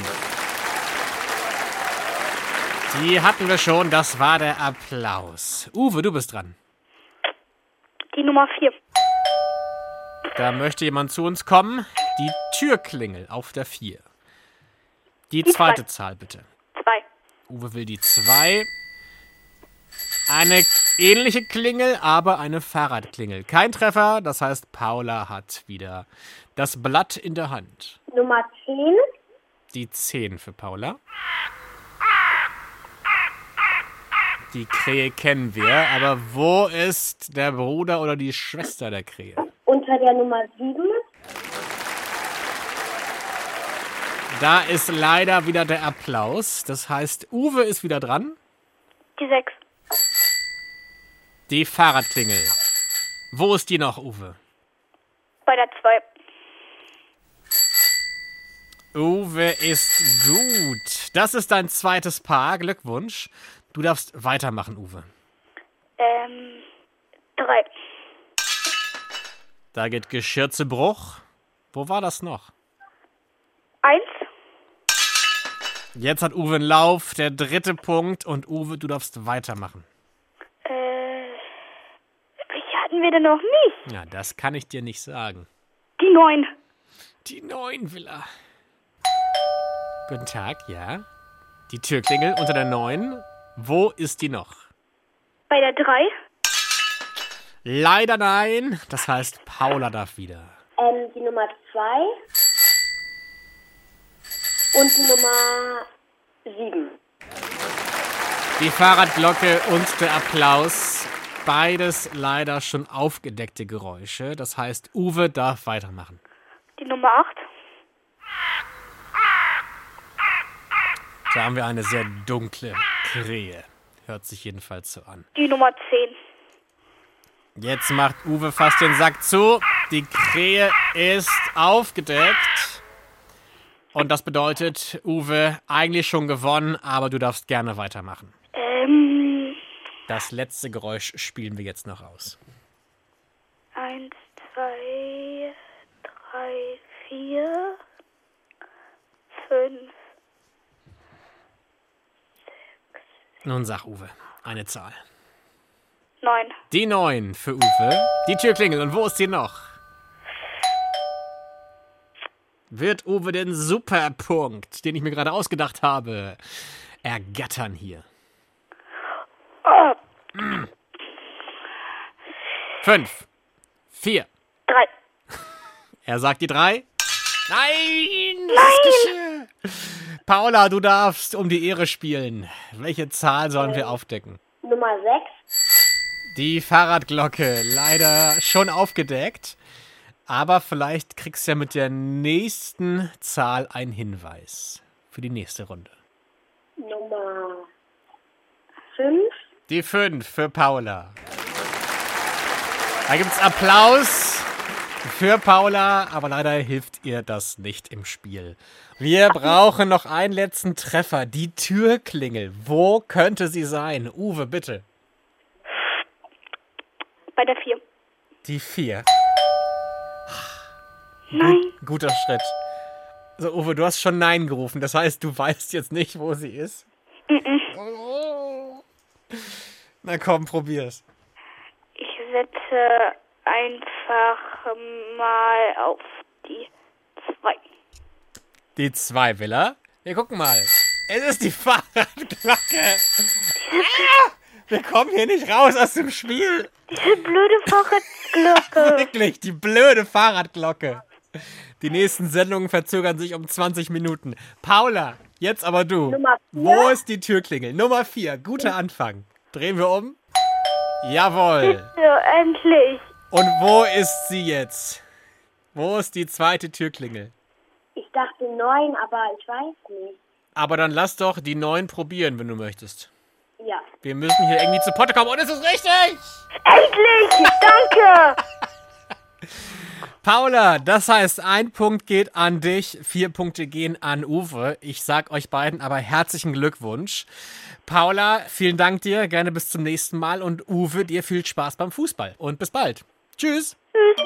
C: Die hatten wir schon, das war der Applaus. Uwe, du bist dran.
E: Die Nummer 4.
C: Da möchte jemand zu uns kommen. Die Türklingel auf der 4. Die zweite Zahl bitte.
E: 2.
C: Uwe will die 2. Eine ähnliche Klingel, aber eine Fahrradklingel. Kein Treffer, das heißt, Paula hat wieder das Blatt in der Hand.
I: Nummer 10.
C: Die 10 für Paula. Die Krähe kennen wir, aber wo ist der Bruder oder die Schwester der Krähe?
I: Unter der Nummer 7.
C: Da ist leider wieder der Applaus. Das heißt, Uwe ist wieder dran.
E: Die 6.
C: Die Fahrradklingel. Wo ist die noch, Uwe?
E: Bei der 2.
C: Uwe ist gut. Das ist dein zweites Paar. Glückwunsch. Du darfst weitermachen, Uwe.
E: 3.
C: Da geht Geschirr zu Bruch. Wo war das noch?
E: 1.
C: Jetzt hat Uwe einen Lauf, der dritte Punkt. Und Uwe, du darfst weitermachen.
E: Welche hatten wissen wir denn noch nicht?
C: Ja, das kann ich dir nicht sagen.
E: Die 9.
C: Die 9 will er. Guten Tag, ja. Die Türklingel unter der 9. Wo ist die noch?
E: Bei der 3.
C: Leider nein. Das heißt, Paula darf wieder.
J: Die Nummer 2. Und die Nummer 7.
C: Die Fahrradglocke und der Applaus. Beides leider schon aufgedeckte Geräusche. Das heißt, Uwe darf weitermachen.
E: Die Nummer 8.
C: Da haben wir eine sehr dunkle Krähe. Hört sich jedenfalls so an.
E: Die Nummer 10.
C: Jetzt macht Uwe fast den Sack zu. Die Krähe ist aufgedeckt. Und das bedeutet, Uwe, eigentlich schon gewonnen, aber du darfst gerne weitermachen. Das letzte Geräusch spielen wir jetzt noch aus.
E: 1, 2, 3, 4, 5, 6.
C: Nun sag Uwe, eine Zahl.
E: 9.
C: Die 9 für Uwe. Die Türklingel. Und wo ist die noch? Wird Uwe den Superpunkt, den ich mir gerade ausgedacht habe, ergattern hier? 5, 4,
E: 3.
C: Er sagt die 3. Nein! Paula, du darfst um die Ehre spielen. Welche Zahl sollen wir aufdecken?
J: Nummer 6.
C: Die Fahrradglocke. Leider schon aufgedeckt. Aber vielleicht kriegst du ja mit der nächsten Zahl einen Hinweis für die nächste Runde.
J: Nummer 5.
C: Die 5 für Paula. Da gibt's Applaus für Paula, aber leider hilft ihr das nicht im Spiel. Wir brauchen noch einen letzten Treffer. Die Türklingel. Wo könnte sie sein? Uwe, bitte.
E: Bei der 4.
C: Die 4.
E: Nein.
C: Guter Schritt. So, Uwe, du hast schon Nein gerufen. Das heißt, du weißt jetzt nicht, wo sie ist? Oh. Na komm, probier's.
E: Ich setze einfach mal auf die 2.
C: Die 2 will er. Wir gucken mal. Es ist die Fahrradglocke. Wir kommen hier nicht raus aus dem Spiel.
E: Diese blöde Fahrradglocke.
C: Wirklich, die blöde Fahrradglocke. Die nächsten Sendungen verzögern sich um 20 Minuten. Paula, jetzt aber du.
J: Nummer 4.
C: Wo ist die Türklingel? Nummer 4, guter Anfang. Drehen wir um. Jawohl.
E: Bitte, endlich.
C: Und wo ist sie jetzt? Wo ist die zweite Türklingel?
J: Ich dachte 9, aber ich weiß nicht.
C: Aber dann lass doch die 9 probieren, wenn du möchtest.
J: Ja.
C: Wir müssen hier irgendwie zu Potte kommen und es ist richtig!
E: Endlich! Danke!
C: Paula, das heißt, 1 Punkt geht an dich, 4 Punkte gehen an Uwe. Ich sag euch beiden aber herzlichen Glückwunsch. Paula, vielen Dank dir, gerne bis zum nächsten Mal. Und Uwe, dir viel Spaß beim Fußball. Und bis bald. Tschüss.
E: Tschüss.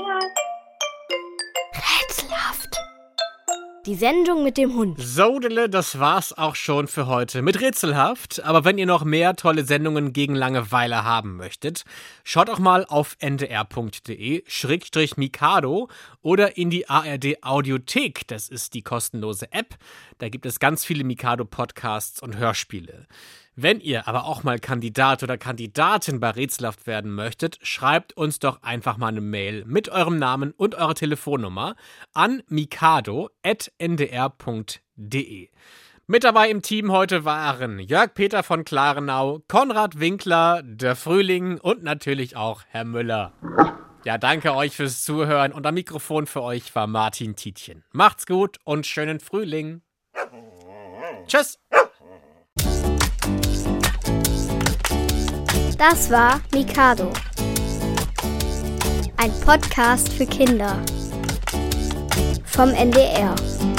A: Rätselhaft. Die Sendung mit dem Hund.
C: Sodele, das war's auch schon für heute mit Rätselhaft. Aber wenn ihr noch mehr tolle Sendungen gegen Langeweile haben möchtet, schaut auch mal auf ndr.de/Mikado oder in die ARD Audiothek. Das ist die kostenlose App. Da gibt es ganz viele Mikado-Podcasts und Hörspiele. Wenn ihr aber auch mal Kandidat oder Kandidatin bei Rätselhaft werden möchtet, schreibt uns doch einfach mal eine Mail mit eurem Namen und eurer Telefonnummer an mikado@ndr.de. Mit dabei im Team heute waren Jörg Peter von Klarenau, Konrad Winkler, der Frühling und natürlich auch Herr Müller. Ja, danke euch fürs Zuhören und am Mikrofon für euch war Martin Tietjen. Macht's gut und schönen Frühling. Tschüss.
A: Das war Mikado. Ein Podcast für Kinder. Vom NDR.